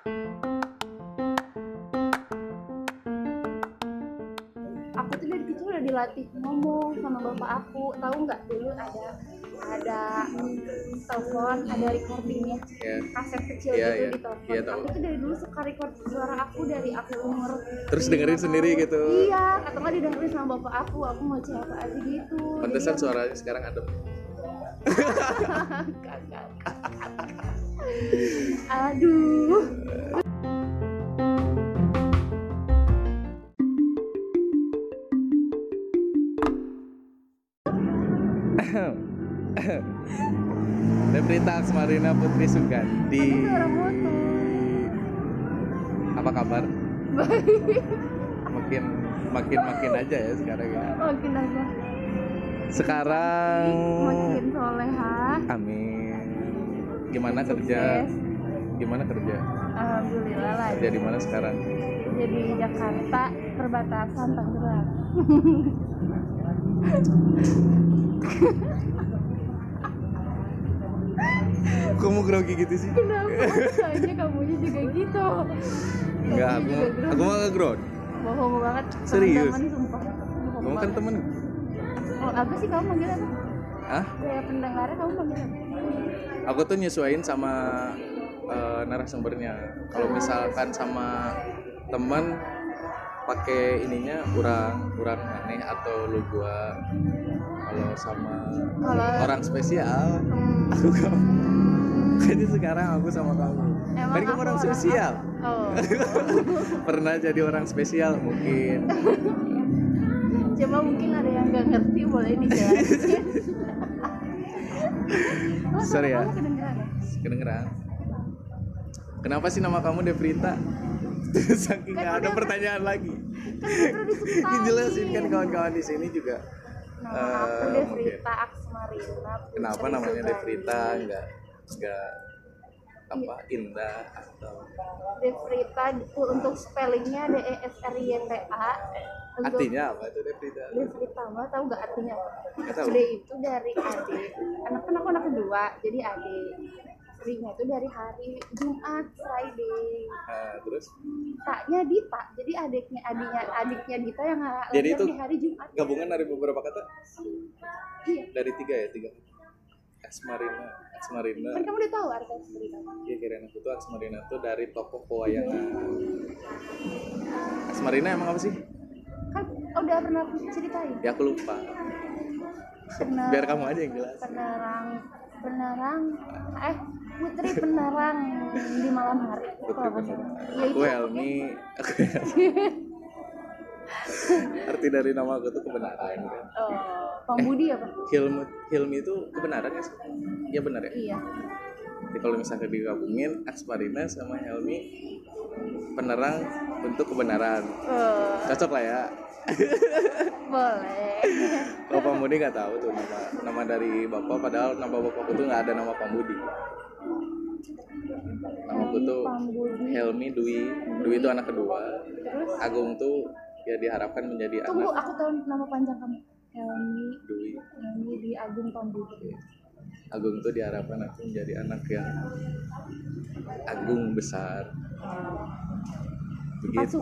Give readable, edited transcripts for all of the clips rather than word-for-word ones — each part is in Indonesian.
Aku tuh dari kecil udah dilatih ngomong sama bapak aku. Tahu nggak, dulu ada telepon, ada recordingnya, kaset kecil gitu di telepon. Aku tuh dari dulu suka record suara aku dari aku umur terus dengerin sendiri gitu. Iya, atau nggak didengerin sama bapak aku mau cerita aja gitu. Pantesan suaranya sekarang adem. Aduh. Devrita Aksmarina Putri Sugandi. Apa kabar? Baik. Makin aja ya sekarang ya. Makin aja. Sekarang makin soleha. Amin. Gimana kerja? Alhamdulillah lah. Kerja di mana sekarang? Jadi Jakarta, perbatasan Tangerang. Kamu grogi gitu sih? Kenapa? Kayaknya kamunya juga gitu. Enggak, aku mah nge-ground. Bohong banget. Serius? Teman-teman, sumpah. Kamu kan temen. Oh, apa sih kamu manggil apa? Hah? Kayak pendengarnya kamu manggil apa? Aku tuh nyesuaiin sama narasumbernya. Kalau misalkan sama teman pakai ininya urang maneh atau lu gua. Kalau sama orang spesial aku kamu. Jadi sekarang aku sama kamu. Kan kamu orang spesial. Oh. Pernah jadi orang spesial mungkin. Coba mungkin ada yang nggak ngerti, boleh dijelasin. Sorry ya. Kedengeran. Kedengeran. Kenapa sih nama kamu Devrita? Saking nggak ada pertanyaan lagi. Kan Jelasin kan kawan-kawan di sini juga. Nama aku Devrita Aksmarina. Kenapa namanya Devrita? Enggak apa Indah atau Devrita untuk spellingnya DESRYTA. artinya apa itu Devrita? Devrita mah tahu nggak artinya? Nggak tahu. D itu dari adik. Aku anak kedua, jadi adik. Ringnya itu dari hari Jumat, Friday. Terus? Taknya Dita, jadi adiknya Dita yang jadi lahir itu di hari Jumat. Gabungan dari beberapa kata? Iya. Dari tiga. Aksmarina. Kan kamu udah tahu arti Aksmarina. Iya, kirain aku tuh Aksmarina tuh dari tokoh pewayangan. Aksmarina emang apa sih? Kan udah pernah aku ceritain. Ya aku lupa. Biar kamu aja yang jelas. Putri penerang di malam hari. Putri penerang. Ya, Aku Helmi. Arti dari nama aku tuh kebenaran kan. Pambudi apa? Hilmi itu kebenaran ya sih? Iya benar ya? Iya. Jadi kalau misalnya digabungin Aksmarina sama Helmi penerang untuk kebenaran. Cocok lah ya. Boleh. Kalau Pambudi nggak tahu tuh nama dari bapak, padahal nama bapakku tuh nggak ada nama Pambudi. Namaku tuh Helmi Dwi itu anak kedua. Agung tuh ya diharapkan menjadi Tunggu, anak. aku tahu nama panjang kamu. Helmi Dwi Agung Pambudi. Agung tuh diharapkan aku menjadi anak yang agung besar. Begitu.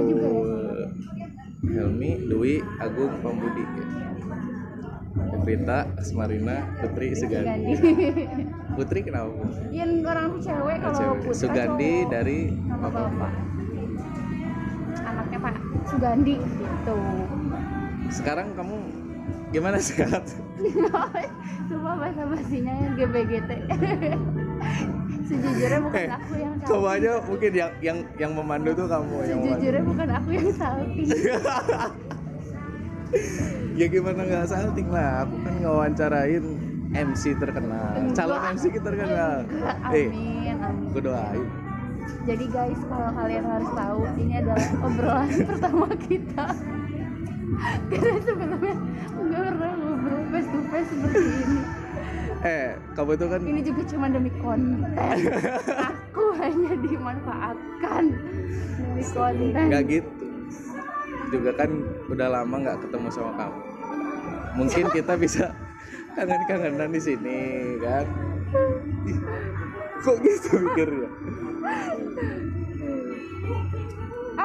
Helmi, Dwi, Agung, Pambudi. Devrita, Aksmarina, Putri, Sugandi. Putri kenapa? Yang orang cewek kalau Putra Sugandi cowok. dari nama bapak. Anaknya Pak Sugandi gitu. Sekarang kamu gimana sehat? Cuma basa-basinya yang GBGT. Sejujurnya bukan aku yang salting. Kamu aja mungkin yang memandu tuh kamu yang memandu. Sejujurnya bukan aku yang salting. Ya gimana nggak salting lah, aku kan ngewawancarain MC terkenal, calon MC terkenal. Amin. Aku doain. Jadi guys, kalau kalian harus tahu, ini adalah obrolan pertama kita. Karena sebelumnya nggak pernah ngobrol face to face seperti ini. Kamu tuh kan ini juga cuma demi konten. Aku hanya dimanfaatkan demi konten. Gak gitu. Juga kan udah lama nggak ketemu sama kamu. Mungkin kita bisa kangen-kangenan di sini kan. Kok gitu mikirnya?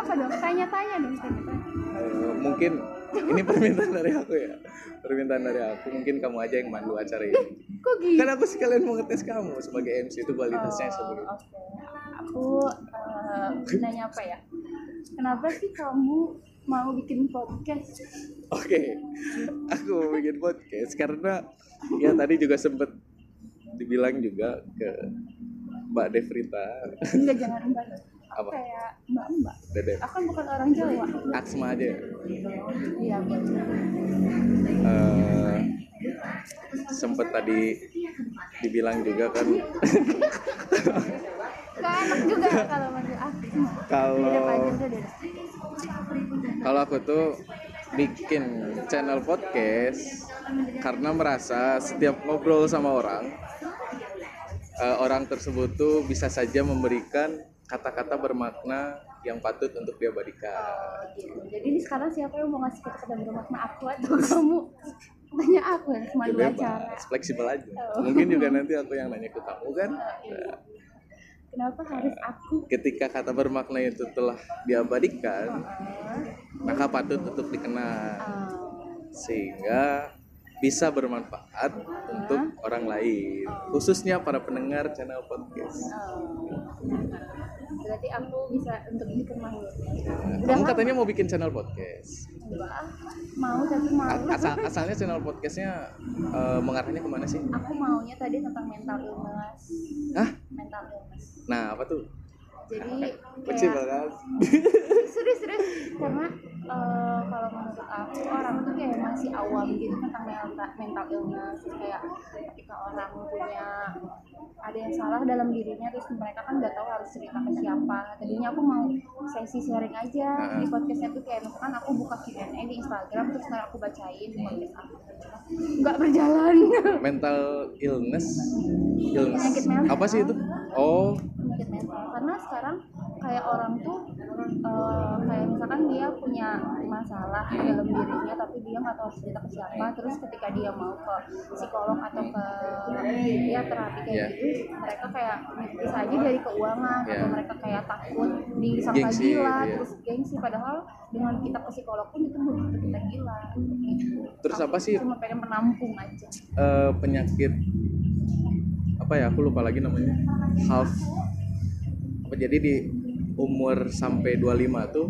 Apa dong? Tanya-tanya dong. Mungkin ini permintaan dari aku ya. Permintaan dari aku, mungkin kamu aja yang mandu acara ini. Kok gitu? Kan aku sekalian mau ngetes kamu sebagai MC, itu kualitasnya seperti itu. Okay. Aku nanya apa ya? Kenapa sih kamu mau bikin podcast? Oke. Aku mau bikin podcast karena ya tadi juga sempet dibilang juga ke Mbak Devrita. Enggak, jangan Mbak. Apa? Kayak Mbak. Dede. Aku kan bukan orang Jawa. Aksma aja. Iya, betul. Sempet tadi dibilang juga kan. Gak enak juga kalau manggil Aksma. Kalau aku tuh bikin channel podcast karena merasa setiap ngobrol sama orang tersebut tuh bisa saja memberikan kata-kata bermakna yang patut untuk diabadikan. Jadi ini sekarang siapa yang mau ngasih kata-kata bermakna, aku atau kamu? Tanya aku yang cuma dua cara. Fleksibel aja. Mungkin juga nanti aku yang nanya ke kamu kan. Kenapa harus aku? Ketika kata bermakna itu telah diabadikan, maka patut untuk dikenal. Sehingga bisa bermanfaat untuk orang lain, khususnya para pendengar channel podcast. Berarti aku bisa untuk dikenal. Kamu katanya mau bikin channel podcast? Enggak, mau tapi malu. Asalnya channel podcastnya mengarahnya kemana sih? Aku maunya tadi tentang mental illness. Hah? Mental illness. Nah, apa tuh? Jadi kecil banget. serius karena kalau menurut aku orang tuh kayak masih awam gitu tentang mental illness. Kayak ketika orang punya ada yang salah dalam dirinya, terus mereka kan nggak tahu harus cerita ke siapa. Tadinya aku mau sesi sharing aja di podcastnya tuh, kayak misalkan aku buka Q&A di Instagram terus ntar aku bacain di podcast aku. Nggak berjalan. Mental illness. Penyakit mental. Apa sih itu? Oh, penyakit mental. Karena sekarang kayak orang tuh kayak misalkan dia punya masalah dalam dirinya tapi dia nggak tahu harus cerita ke siapa, terus ketika dia mau ke psikolog atau ke ya terapi kayak gitu, mereka kayak bisa aja dari keuangan atau mereka kayak takut disangka gila, terus gengsi, padahal dengan kita ke psikolog pun itu belum tentu kita gila gitu. Terus apa sih? Cuma pengen menampung aja. Penyakit apa ya, aku lupa lagi namanya. Jadi di umur sampai 25 tuh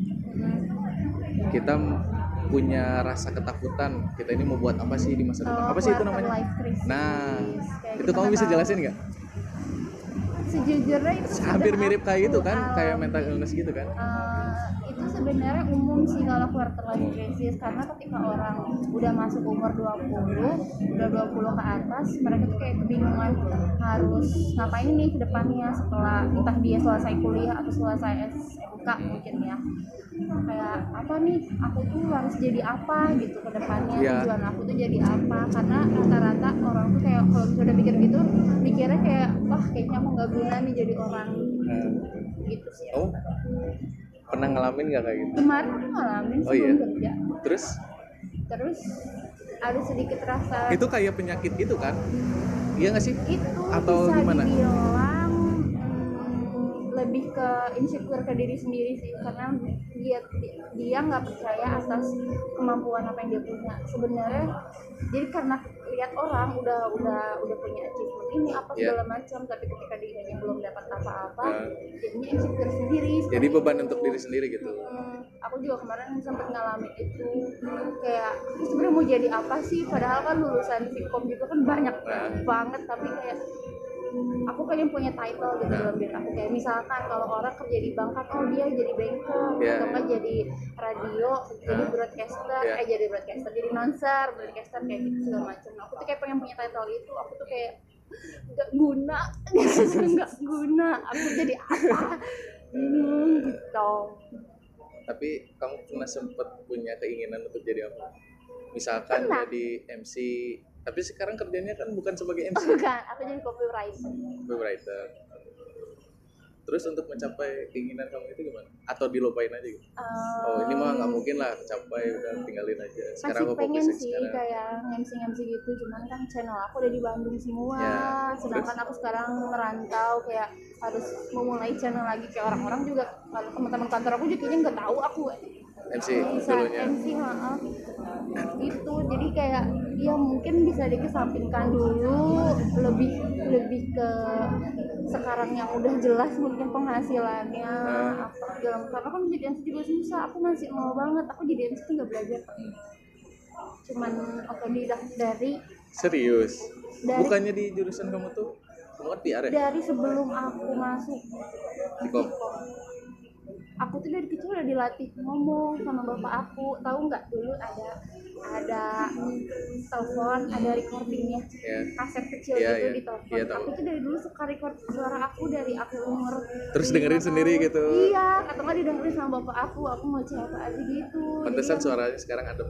kita punya rasa ketakutan, kita ini mau buat apa sih di masa depan. Apa sih itu namanya? Nah, itu kamu bisa jelasin nggak? Sejujurnya itu hampir mirip kayak gitu kan, kayak mental illness gitu kan. Itu sebenarnya umum sih kalau quarter life crisis, karena ketika orang udah masuk umur 20 ke atas, mereka tuh kayak kebingungan harus ngapain nih ke depannya setelah entah dia selesai kuliah atau selesai SMK mungkin ya. Kayak apa nih, aku tuh harus jadi apa gitu ke depannya, tujuan aku tuh jadi apa. Karena rata-rata orang tuh kayak kalau sudah pikir gitu, mikirnya kayak wah kayaknya aku nggak guna nih jadi orang gitu sih. Oh, pernah ngalamin nggak kayak gitu? Kemarin ngalamin sebelum kerja. Terus ada sedikit rasa. Itu kayak penyakit itu kan? Iya nggak sih? Itu atau bisa gimana? Dibilang lebih ke insecure ke diri sendiri sih, karena dia nggak percaya atas kemampuan apa yang dia punya sebenarnya. Jadi karena lihat orang udah punya achievement ini apa segala macam, tapi ketika dirinya belum dapat apa-apa, jadinya insecure sendiri. Jadi beban untuk diri sendiri gitu. Aku juga kemarin sempat ngalamin itu, kayak sebenarnya mau jadi apa sih, padahal kan lulusan Vkom juga kan banyak banget, tapi kayak aku pengen punya title gitu dalam diri aku. Kayak misalkan kalau orang kerja di bank kan, oh dia jadi banker, atau kan jadi radio, jadi broadcaster, jadi announcer, broadcaster kayak gitu segala macam. Aku tuh kayak pengen punya title itu. Aku tuh kayak nggak guna, aku jadi apa gitu. Tapi kamu pernah sempat punya keinginan untuk jadi apa? Misalkan jadi MC. Tapi sekarang kerjanya kan bukan sebagai MC. Bukan, aku jadi copywriter. Terus untuk mencapai keinginan kamu itu gimana? Atau dilupain aja gitu? Oh ini mah nggak mungkin lah kecapai, udah tinggalin aja. Sekarang aku pengen sih sekarang. Kayak MC gitu, cuman kan channel aku udah di Bandung semua ya, sedangkan aku sekarang merantau, kayak harus memulai channel lagi. Kayak orang-orang juga, kalau teman-teman kantor aku juga kayaknya nggak tahu aku MC bisa dulunya. MC gitu, jadi kayak ya mungkin bisa dikesampingkan dulu, lebih ke sekarang yang udah jelas mungkin penghasilannya apa segala, karena kan jadi MC juga susah. Aku masih mau banget, aku jadi MC nggak belajar, cuman otodidak dari serius bukannya di jurusan kamu tuh kamu kan PR ya? Dari sebelum aku masuk Pikom, aku tuh dari kecil udah dilatih ngomong sama bapak aku. Tahu nggak, dulu ada telepon, ada recordingnya, kaset kecil gitu di telepon. Aku tuh dari dulu suka record suara aku dari aku umur terus dengerin sendiri gitu. Iya, atau nggak didengerin sama bapak aku mau siapa aja gitu. Pantesan suaranya sekarang adem.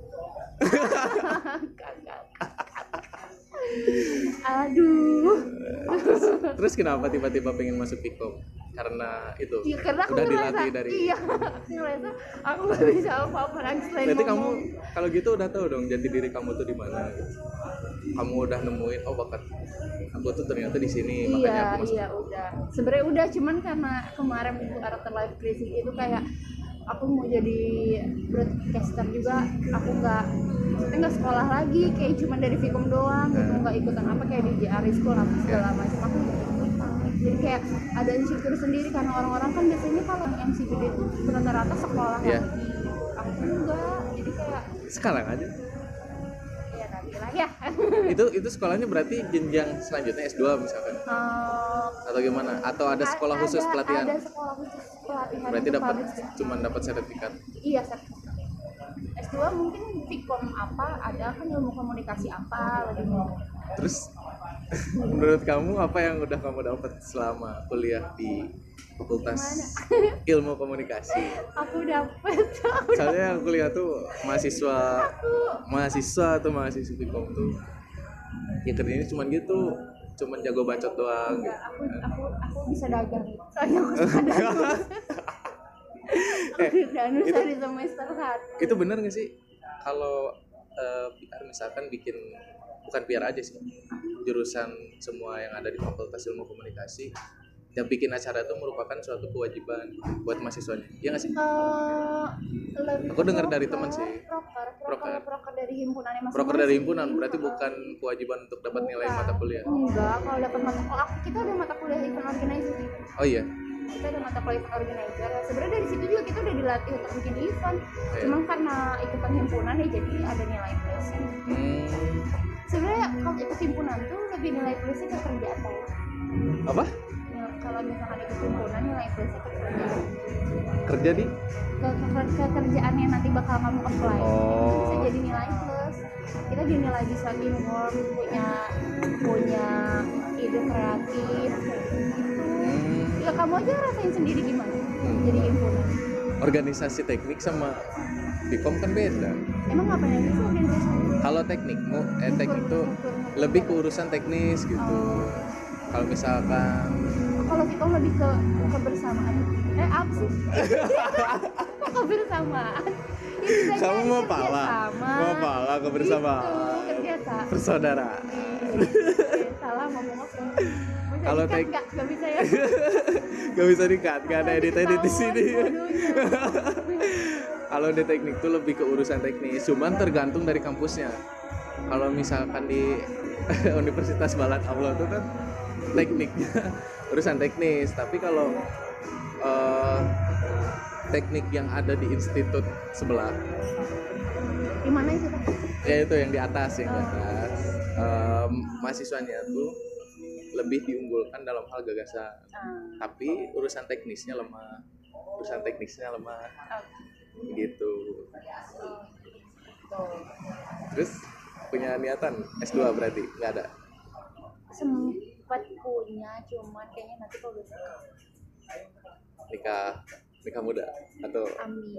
Aduh. Terus kenapa tiba-tiba pengen masuk Pikom? Karena itu ya, karena udah dilatih dari. Iya, aku nggak bisa apa-apa lagi selain berarti ngomong. Kamu kalau gitu udah tahu dong jati diri kamu tuh di mana gitu. Kamu udah nemuin bakat aku tuh ternyata di sini, makanya aku masuk. Iya, udah. Sebenarnya udah, cuman karena kemarin itu karakter live crisis itu kayak aku mau jadi broadcaster juga, aku nggak sekolah lagi, kayak cuma dari Vkom doang gitu, nggak ikutan apa kayak di JR School apa segala macam. Aku nggak ikutan, jadi kayak ada insecure sendiri karena orang-orang kan biasanya kalau MC gede itu rata-rata sekolah lagi, aku enggak, jadi kayak sekarang aja ya nanti lah ya. itu sekolahnya berarti jenjang selanjutnya S2 misalkan atau gimana, atau ada sekolah khusus pelatihan? Ada sekolah khusus pelatihan, berarti dapat sertifikat. Iya, sertifikat. S2 mungkin Vkom apa, ada kan ilmu komunikasi apa lagi mau. Terus menurut kamu apa yang udah kamu dapat selama kuliah di Fakultas Ilmu Komunikasi? Aku dapat. Soalnya yang kuliah tuh mahasiswa atau mahasiswa Vkom tuh ya kerjanya cuman gitu, cuman jago bacot doang. Enggak, aku bisa dagang. Soalnya aku suka dagang. Danusa di semester 1. Itu benar nggak sih kalau PR misalkan bikin, bukan PR aja sih, jurusan semua yang ada di Fakultas Ilmu Komunikasi, yang bikin acara itu merupakan suatu kewajiban buat mahasiswanya, iya nggak sih? Aku dengar dari teman sih. Proker dari himpunannya masing-masing. Proker dari himpunan berarti bukan kewajiban untuk dapat nilai mata kuliah. Enggak, kalau dapat mata kuliah, kita ada mata kuliah event organizer. Oh iya. Kita ada mata kuliah event organizer. Sebenarnya dari situ juga kita udah dilatih untuk bikin event. Cuman karena ikutan himpunan ya jadi ada nilai plusnya. Sebenarnya kalau ikut himpunan tuh lebih nilai plusnya ke kerjaan saya. Apa? Kalau misalkan ikut himpunan nilai plusnya ke kerjaan. Kerja di? Ke kerjaan yang nanti bakal kamu apply. Itu bisa jadi nilai plus. Kita dinilai bisa inform, punya ide kreatif gitu. Ya kamu aja rasain sendiri gimana jadi himpunan. Organisasi teknik sama Vkom kan beda. Emang ngapain aja sih organisasi? Kalau teknik tuh lebih ke urusan teknis gitu. Kalau misalkan kalau Vkom lebih ke kebersamaan. Apa sih? Kebersamaan. Kamu mau pala kebersamaan. Kerjasama. Persaudaraan. Salah ngomong apa? Kalau nggak bisa ya. Nggak bisa di-cut, nggak ada edit di sini. Kalau di teknik tuh lebih ke urusan teknis, cuman tergantung dari kampusnya. Kalau misalkan di Universitas Balat Allah itu kan tekniknya urusan teknis, tapi kalau teknik yang ada di institut sebelah, di mana itu? Ya itu yang di atas, mahasiswanya tuh lebih diunggulkan dalam hal gagasan, tapi urusan teknisnya lemah, gitu. Terus punya niatan S2 berarti nggak ada? Sempat punya, cuman kayaknya nanti kalau udah nikah nikah muda atau amin.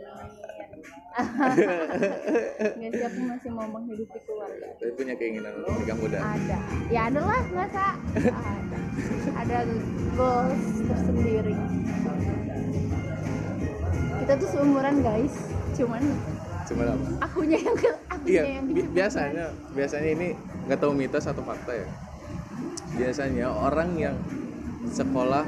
Nggak sih, aku masih mau menghidupi keluarga. tapi punya keinginan untuk nikah muda? Ada, ya ada lah, masa ada goals tersendiri. Kita tuh seumuran guys, cuman apa? akunya yang biasanya ini nggak tahu mitos atau fakta ya. Biasanya orang yang sekolah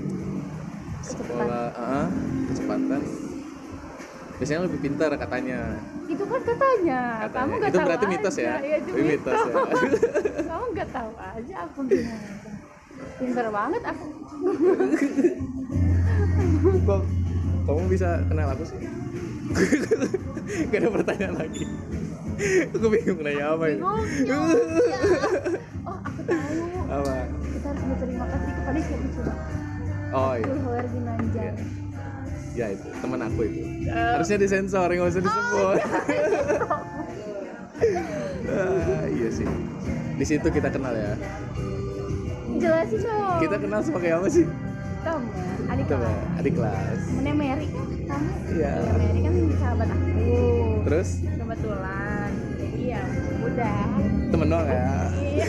kecepatan biasanya lebih pintar katanya. Itu kan katanya. Kamu nggak tahu. Itu berarti mitos aja. Ya mitos ya. Kamu nggak tahu aja, aku gimana? Pintar banget aku. Kok kamu bisa kenal aku sih? Gak ada pertanyaan lagi. Aku bingung nanya apa ini. Ya. Oh, aku tahu. Apa? Kita harus berterima kasih kepada siapa coba? Oh iya. Abdul Ginanjar. Ya itu teman aku itu. Harusnya disensor, nggak usah disebut. Iya sih. Di situ kita kenal ya. Jelasin dong. Kita kenal sebagai apa sih? Kamu, adik kelas. Namanya Mary kan? Kamu? Iya. Ya, Mary kan sahabat aku. Terus? Kebetulan. Jadi ya udah. Temen doang ya? Iya.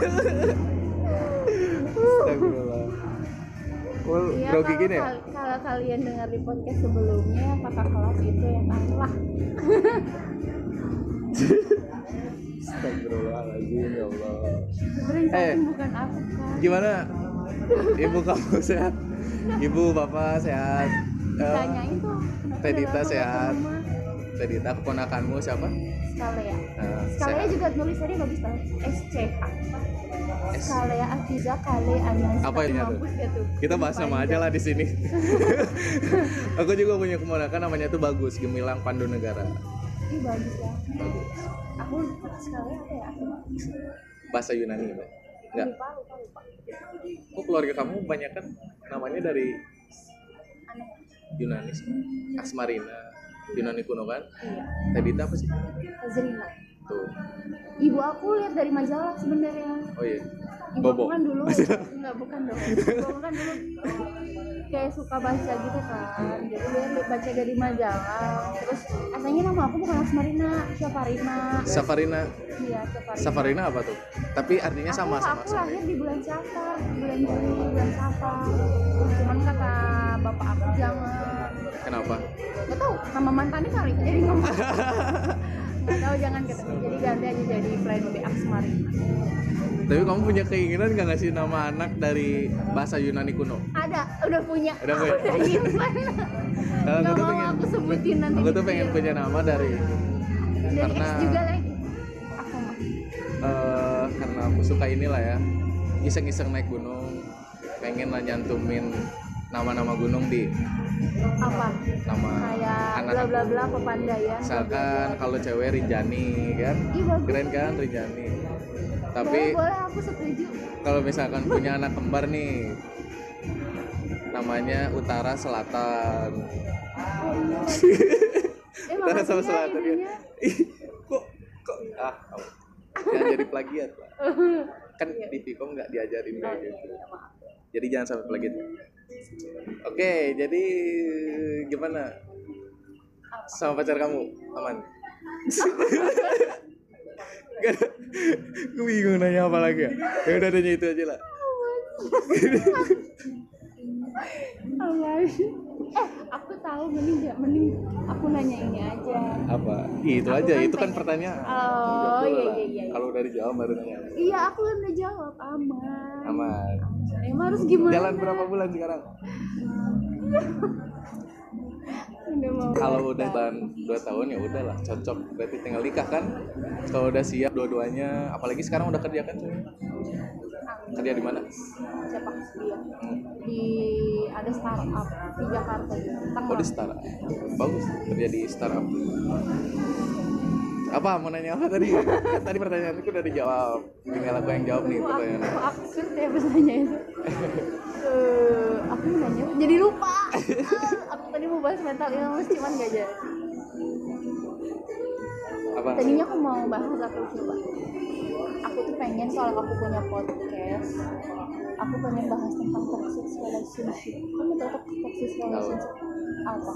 Astagfirullah. Iya, grogi gini ya? Kalau kalian dengar di podcast sebelumnya, kakak kelas itu yang kalah. Astagfirullahaladzim, ya Allah. Bukan aku kan. Gimana? Ibu kamu sehat? Ibu, bapak sehat? Tanyain tuh. Tedita sehat? Tedita, keponakanmu siapa? Skalea. Skalea juga tulisannya bagus banget. SCH. Skalea Afiza Kale Anas. Apa ini tuh? Kita bahas nama aja lah di sini. Aku juga punya keponakan namanya tuh Bagus, Gemilang Pandu Negara. Ih, bagus ya. Bagus. Aku Skalea apa ya? Bahasa Yunani, Mbak? Enggak. Lupa. Kok keluarga kamu banyak kan namanya dari Yunani, Asmarina, Yunani kuno kan? Iya. Tedita apa sih? Zrina. Tuh. Ibu aku lihat dari majalah sebenarnya. Oh iya. Ibu Bobo. kan dulu, enggak bukan dong. Ibu kan dulu kayak suka baca gitu kan. Jadi dia baca dari majalah. Terus asalnya nama aku bukan Asmarina, Safarina. Safarina. Iya, Safarina. Safarina apa tuh? Tapi artinya sama. Aku lahir di bulan Safar, bulan Juli, bulan Safar. Cuman kata bapak aku jangan. Kenapa? Gak tahu, nama mantannya kali. Jadi ngomong. Gak tahu, jangan ketemu. Jadi ganti aja jadi plan B Asmarina. Tapi kamu punya keinginan nggak ngasih nama anak dari bahasa Yunani kuno? Ada, udah punya. Udah punya. Udah nyimpan. Gak mau aku sebutin nanti. Aku tuh pengen punya nama dari karena X juga lagi. Karena aku suka inilah ya, iseng-iseng naik gunung, pengen lah nyantumin nama-nama gunung di apa? Nama kayak anak bla bla bla Pepandayan. Misalkan kalau cewek Rinjani kan, keren kan Rinjani. Tapi boleh, aku setuju. Kalau misalkan punya anak kembar nih, namanya Utara Selatan. Utara sama Selatan ya. Kok jangan jadi plagiat lah. Kan di Vkom nggak diajarin kayak gitu. Jadi jangan sampai plagiat. Oke, jadi gimana sama pacar kamu? Aman? Gak ada. Gue bingung nanya apa lagi ya. Ya udah tanya itu aja lah. Aku tahu, mending aku nanya ini aja. Apa? Itu aku aja, kan itu kan pertanyaan. Oh iya. Kalau udah dijawab baru nanya. Iya, aku kan udah jawab, aman. Emang harus gimana? Jalan berapa bulan sekarang? Kalau udah 2 tahun ya udahlah, cocok. Berarti tinggal nikah kan? Kalau udah siap dua-duanya, apalagi sekarang udah kerja kan? Kerja di mana? Siapa dia? Di ada startup di Jakarta gitu. Oh, di startup. Bagus, kerja di startup. Apa mau nanya apa tadi? Tadi pertanyaan itu udah dijawab. Tinggal aku yang jawab nih pertanyaan. Aku ya bertanya itu. Aku mau nanya, jadi lupa. Aku tadi mau bahas mental illness cuman gak jadi. Apa? Tadinya aku mau bahas aku coba. Aku tuh pengen soal aku punya podcast. Aku pengen bahas tentang toxic relationship. Kamu tahu toxic relationship? Apa?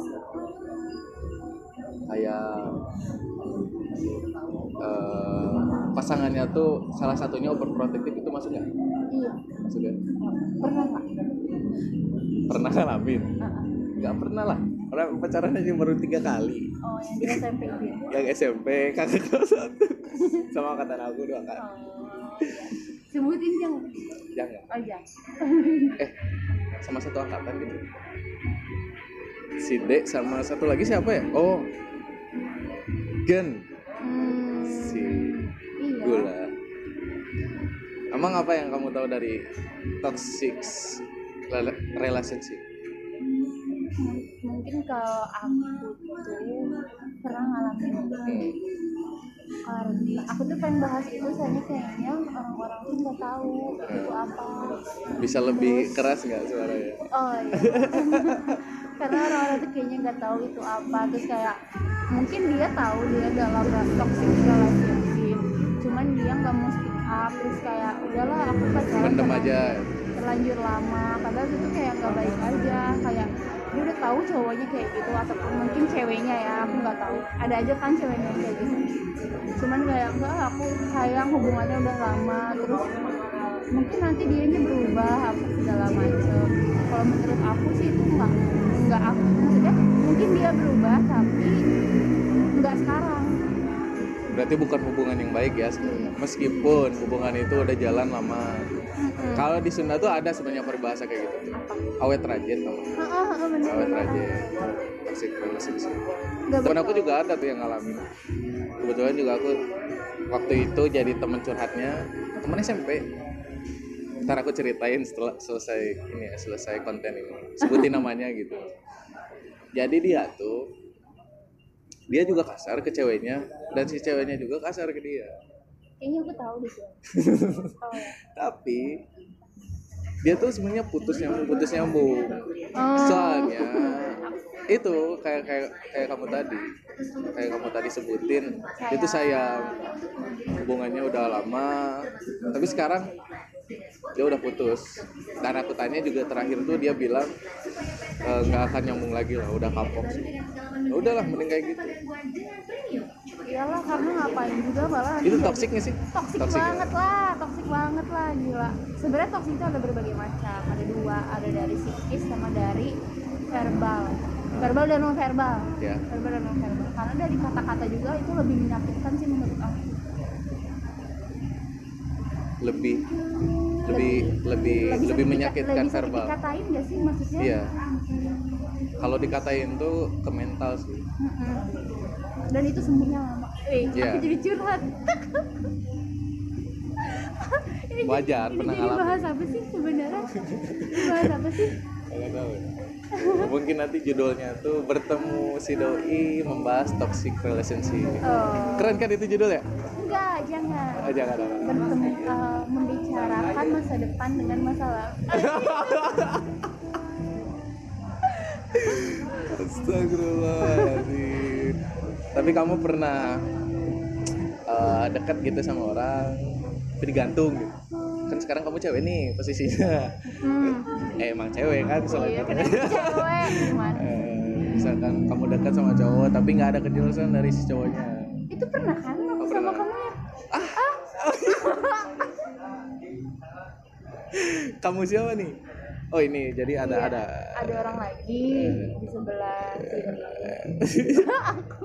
Kayak pasangannya tuh salah satunya overprotective, itu masuk nggak? Iya. Masuk kan? Pernah nggak? Pernah ngalamin? Nggak pernah lah. Orang pacaran aja baru 3 kali. Oh, yang di SMP dia. Yang SMP kakak kelas 1 sama angkatan aku 2 kali. Oh, iya. Sebutin jangan. Jangan. Oh iya. Sama satu angkatan gitu. Si D sama satu lagi siapa ya? Oh, Gen. Si Iya. Gula. Emang apa yang kamu tahu dari toxic relationship? Mungkin kalau aku tuh pernah ngalamin karena aku tuh pengen bahas itu, soalnya kayaknya orang-orang tuh nggak tahu itu apa. Bisa lebih keras nggak suaranya? Oh iya. Karena orang-orang tuh kayaknya nggak tahu itu apa, terus kayak mungkin dia tahu dia dalam toxic relationship, cuman dia nggak mau speak up, terus kayak udahlah aku pacaran Pendem aja. terlanjur lama, padahal itu kayak nggak baik aja, kayak dia udah tahu cowoknya kayak gitu, ataupun mungkin ceweknya ya, aku nggak tahu, ada aja kan ceweknya kayak gitu, cuman kayak enggak, aku sayang hubungannya udah lama, terus mungkin nanti dianya berubah apa segala macem. Kalau menurut aku sih itu enggak aku, maksudnya mungkin dia berubah tapi enggak sekarang. Berarti bukan hubungan yang baik ya, meskipun hubungan itu udah jalan lama. Kalau di Sunda tuh ada sebenarnya peribahasa kayak gitu. Awet rajin tau. Awet rajin. Toxic relationship. Temen aku juga ada tuh yang ngalamin. Kebetulan juga aku waktu itu jadi teman curhatnya temen SMP. Ntar aku ceritain setelah selesai konten ini. Sebutin namanya gitu. Jadi dia juga kasar ke ceweknya, dan si ceweknya juga kasar ke dia. Kayaknya aku tahu deh. Oh, ya. Tapi dia tuh sebenarnya putus nyambung. Soalnya itu kayak kamu tadi sebutin, itu sayang, hubungannya udah lama, tapi sekarang dia udah putus. Dan aku tanya juga terakhir tuh dia bilang nggak akan nyambung lagi lah, udah kapok. Ya udahlah, mending kayak gitu. Iyalah, karena ngapain juga malah. Itu toksik nggak sih? Toksik banget lah, gila. Sebenarnya toksik itu ada berbagai macam, ada 2, ada dari psikis sama dari verbal dan non verbal. Yeah. Verbal dan non verbal. Karena dari kata-kata juga itu lebih menyakitkan sih menurut aku. Lebih menyakitkan verbal. Dikatain nggak sih maksudnya? Iya. Kalau dikatain tuh ke mental sih. Dan itu sembuhnya lama. Aku jadi curhat. Wajar, pernah ngalamin. Ini bahas apa sih sebenarnya? Bahas apa sih? Nggak tahu. Mungkin nanti judulnya tuh bertemu si doi membahas toxic relationship. Keren kan itu judulnya? Enggak, jangan. Jangan apa. Bertemu membicarakan masa depan dengan masa lalu. Astagfirullahaladzim. Tapi kamu pernah dekat gitu sama orang tapi digantung gitu? Kan sekarang kamu cewek nih posisinya. Emang cewek kan soalnya. Iya, cewek gimana? Misalkan kamu dekat sama cowok tapi nggak ada kejelasan dari si cowoknya. Itu pernah kan aku sama kamu ya? Kamu siapa nih? Oh ini, jadi ada orang lagi di sebelah sini. Aku.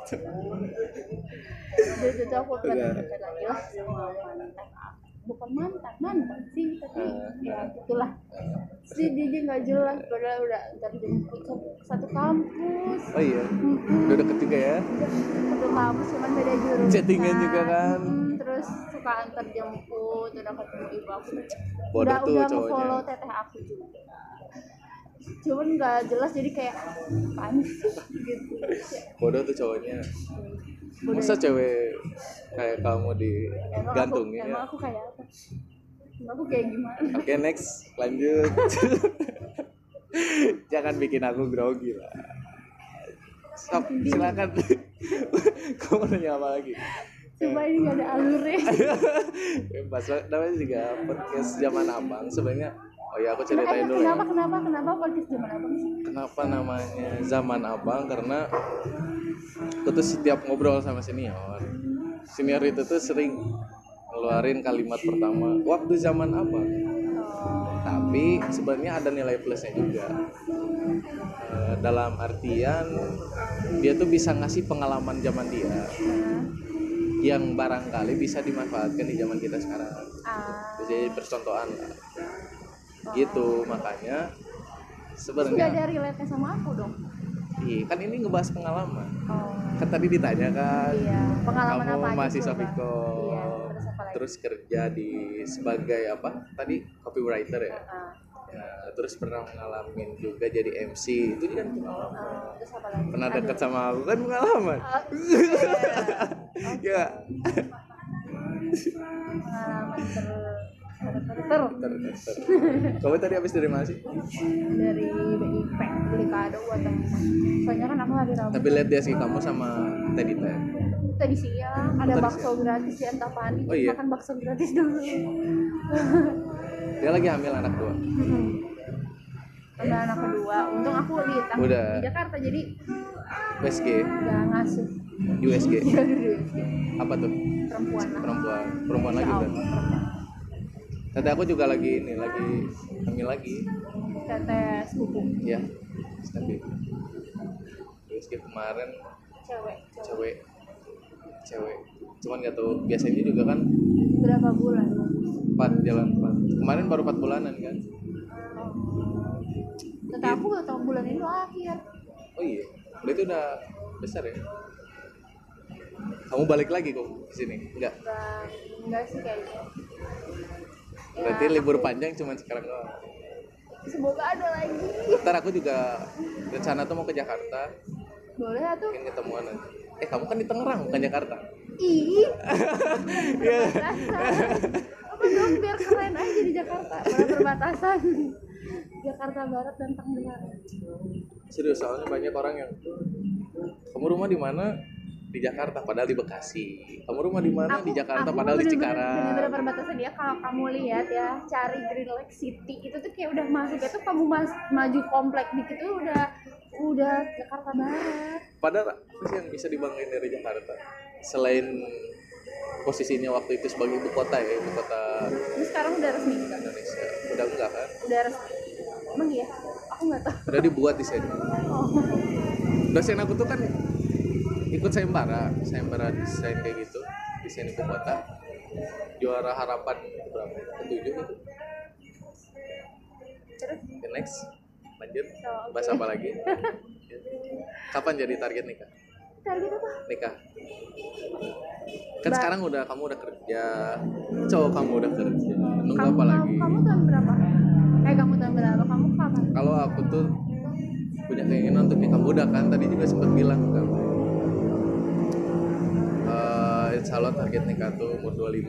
Jadi itu aku kan dekat lagi lah sama mantan. Bukan mantan sih, tapi ya itulah. Si dia nggak jelas, padahal udah terjemput satu kampus. Oh iya, udah deket juga ya? Satu kampus, cuman beda jurusan. Chattingan juga kan? Terus suka antar jemput, udah ketemu ibu aku. Bodoh tuh udah cowoknya. nge-follow teteh aku juga. Cuman nggak jelas, jadi kayak apaan sih gitu. Bodoh tuh cowoknya. Masa cewek kayak kamu digantungin ya? Emang aku kayak apa? Emang aku kayak gimana? Oke, next, lanjut. Jangan bikin aku grogi lah. Stop, silakan. Kamu nanya apa lagi? Coba ini gak ada alurnya. Pas namanya juga podcast zaman abang. Sebenarnya Oh ya, aku ceritain dulu. Kenapa podcast zaman abang sih? Kenapa namanya zaman abang? Karena aku tuh setiap ngobrol sama senior itu tuh sering ngeluarin kalimat pertama waktu zaman abang. Tapi sebenarnya ada nilai plusnya juga. Dalam artian dia tuh bisa ngasih pengalaman zaman dia yang barangkali bisa dimanfaatkan di zaman kita sekarang. Jadi percontohan lah. Gitu, makanya sebenarnya nggak ada relate-nya sama aku dong. Iya, kan ini ngebahas pengalaman. Kan tadi ditanya kan, pengalaman kamu apa mahasiswa aja Viko, iya, terus kerja di sebagai apa? Tadi copywriter ya. Ya, terus pernah ngalamin juga jadi MC, itu kan pengalaman. Terus apa lagi? Pernah dekat sama aku kan pengalaman. Ya. Pengalaman Kamu tadi habis dari mana sih? Dari BIP, beli kado buat temen. Soalnya kan aku hari Rabu. Tapi lihat dia sih kamu sama Teddy Teh. Tadi siang ada bakso gratis di Antapani. Oh, iya? Makan bakso gratis dulu. Dia lagi hamil anak 2. Ada anak kedua. Untung aku di Jakarta jadi USG. Gak ngasuh. USG. Iya, Apa tuh? Perempuan lagi kan. Tadi aku juga lagi hamil lagi. Tetes kuku. Iya. Tapi USG kemarin cewek. Cuman nggak tahu biasanya juga kan berapa bulan? 4 jalan 4. Kemarin baru 4 bulanan kan. Tapi aku nggak tahu bulan ini akhir. Oh iya, berarti udah besar ya. Kamu balik lagi kok ke sini? Enggak sih kayaknya. Berarti libur panjang cuma sekarang doang. Semoga ada lagi. Ntar aku juga rencana tuh mau ke Jakarta. Boleh ya tuh. Mungkin ketemuan nanti. Kamu kan di Tangerang bukan Jakarta. Ih. Iya. Apa dong biar keren aja di Jakarta. Perbatasan Jakarta Barat dan Tangerang. Serius, soalnya banyak orang yang kamu rumah di mana? Di Jakarta padahal di Bekasi. Kamu rumah di mana? Di Jakarta padahal di Cikarang. Bener-bener perbatasan ya. Kalau kamu lihat ya, cari Green Lake City itu tuh kayak udah masuk itu kamu maju komplek dikit tuh udah Jakarta Barat. Padahal apa sih yang bisa dibanggain dari Jakarta? Selain posisinya waktu itu sebagai ibu kota. Ini sekarang udah resmi enggak? Indonesia. Udah enggak kan? Udah resmi. Emang iya? Aku nggak tahu. Udah dibuat desain. Dosen aku tuh kan ikut sayembara desain kayak gitu, desain ibu kota. Juara harapan berapa? Ke-7 gitu. Terus? Next. Lanjut. Bahas apa lagi? Kapan jadi target nikah? Target apa? Nikah. Kan sekarang kamu udah kerja. Cowok kamu udah kerja. Nunggu apa lagi? Kamu tahun berapa? Kamu tahun berapa? Kamu kapan? Kalau aku tuh punya keinginan untuk nikah muda kan. Tadi juga sempat bilang ke kamu. Insya Allah target nikah tuh umur 25.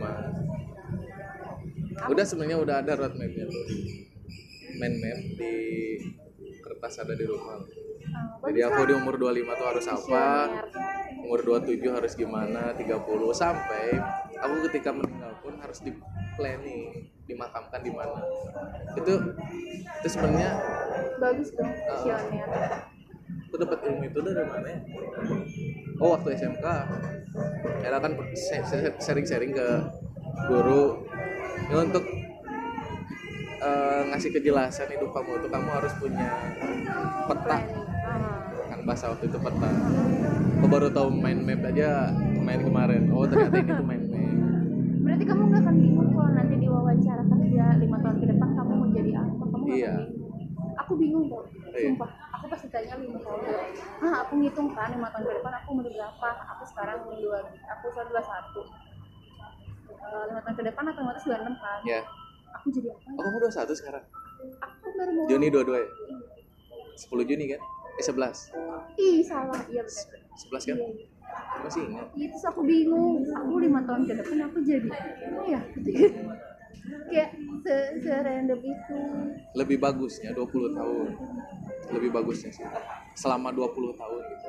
Udah sebenarnya udah ada roadmapnya tuh. Mind map di kertas ada di rumah. Jadi aku di umur 25 tuh harus apa, umur 27 harus gimana, 30 sampai aku ketika meninggal pun harus di planning, dimakamkan di mana. Itu sebenarnya bagus dong, visioner. Aku dapat ilmu itu dari mana ya? Oh, waktu SMK. Era kan sharing-sharing ke guru ya, untuk ngasih kejelasan hidup kamu itu kamu harus punya peta. Kan bahasa waktu itu peta. Aku baru tahu mind map aja kemarin. Oh, ternyata ini tuh mind map. Berarti kamu nggak akan bingung kalau nanti di wawancara kerja 5 tahun ke depan kamu mau jadi apa? Kamu nggak akan bingung. Aku bingung kok, sumpah. Aku pasti tanya 5 tahun ke depan. Aku ngitung kan 5 tahun ke depan aku umur berapa? Aku sekarang aku 21. 5 tahun ke depan otomatis 26 kan? Iya. Aku jadi apa? Oh, kamu 21 sekarang? Aku baru mau. Juni 22 ya? 10 Juni kan? 11. Ih, salah. Iya benar. 11 kan? Iya. Masih ingat. Itu aku bingung. Aku 5 tahun ke depan aku jadi apa ya? Kayak se-random itu. Lebih bagusnya 20 tahun. Lebih bagusnya sih. Selama 20 tahun gitu.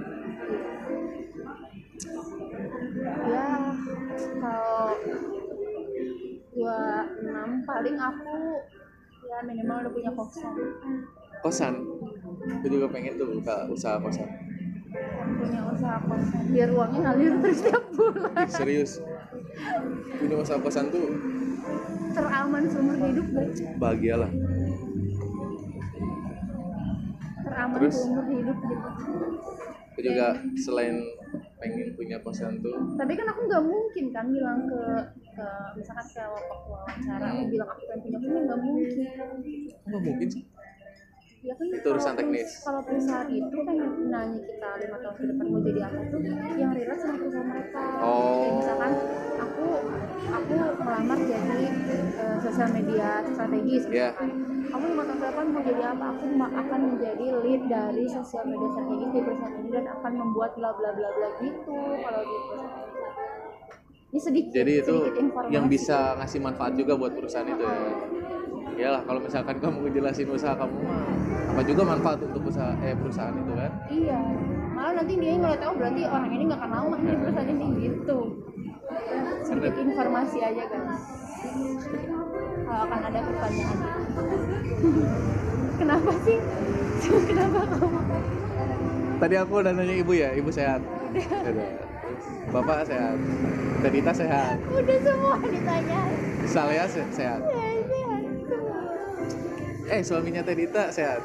Ya, kalau 26 paling aku Ya minimal udah punya kosan. Aku juga pengen tuh buka usaha kosan. Punya usaha kosan biar uangnya ngalir terus tiap bulan. Serius, punya usaha kosan tuh teraman seumur hidup guys. Bahagialah. Teraman terus, seumur hidup gitu. Aku juga selain pengen punya kosan tuh, tapi kan aku nggak mungkin kan bilang ke misalkan ke wawancara aku bilang aku pengen punya kosan, nggak mungkin sih. Ya kan itu urusan teknis. Kalau perusahaan itu kan nanya kita 5 tahun ke depan mau jadi apa tuh yang relate sama perusahaan mereka. Kayak misalkan aku melamar jadi sosial media strategis. Kamu 5 tahun ke depan mau jadi apa? Aku akan menjadi lead dari sosial media strategis di perusahaan ini dan akan membuat bla bla bla bla gitu. Kalau di perusahaan ini sedikit. Jadi itu informasi yang bisa ngasih manfaat juga buat perusahaan itu ya. Iyalah kalau misalkan kamu ngejelasin usaha kamu apa juga manfaat untuk perusahaan itu kan. Iya, malah nanti dia ngeliat berarti orang ini nggak akan lama di perusahaan ini gitu. Sedikit informasi aja guys. Kalau akan ada pertanyaan gitu. Kenapa sih? Kenapa kamu? Tadi aku udah nanya ibu ya, ibu sehat. Bapak sehat. Tedita sehat. Udah semua ditanya. Saleh sehat. Suaminya Tedita sehat.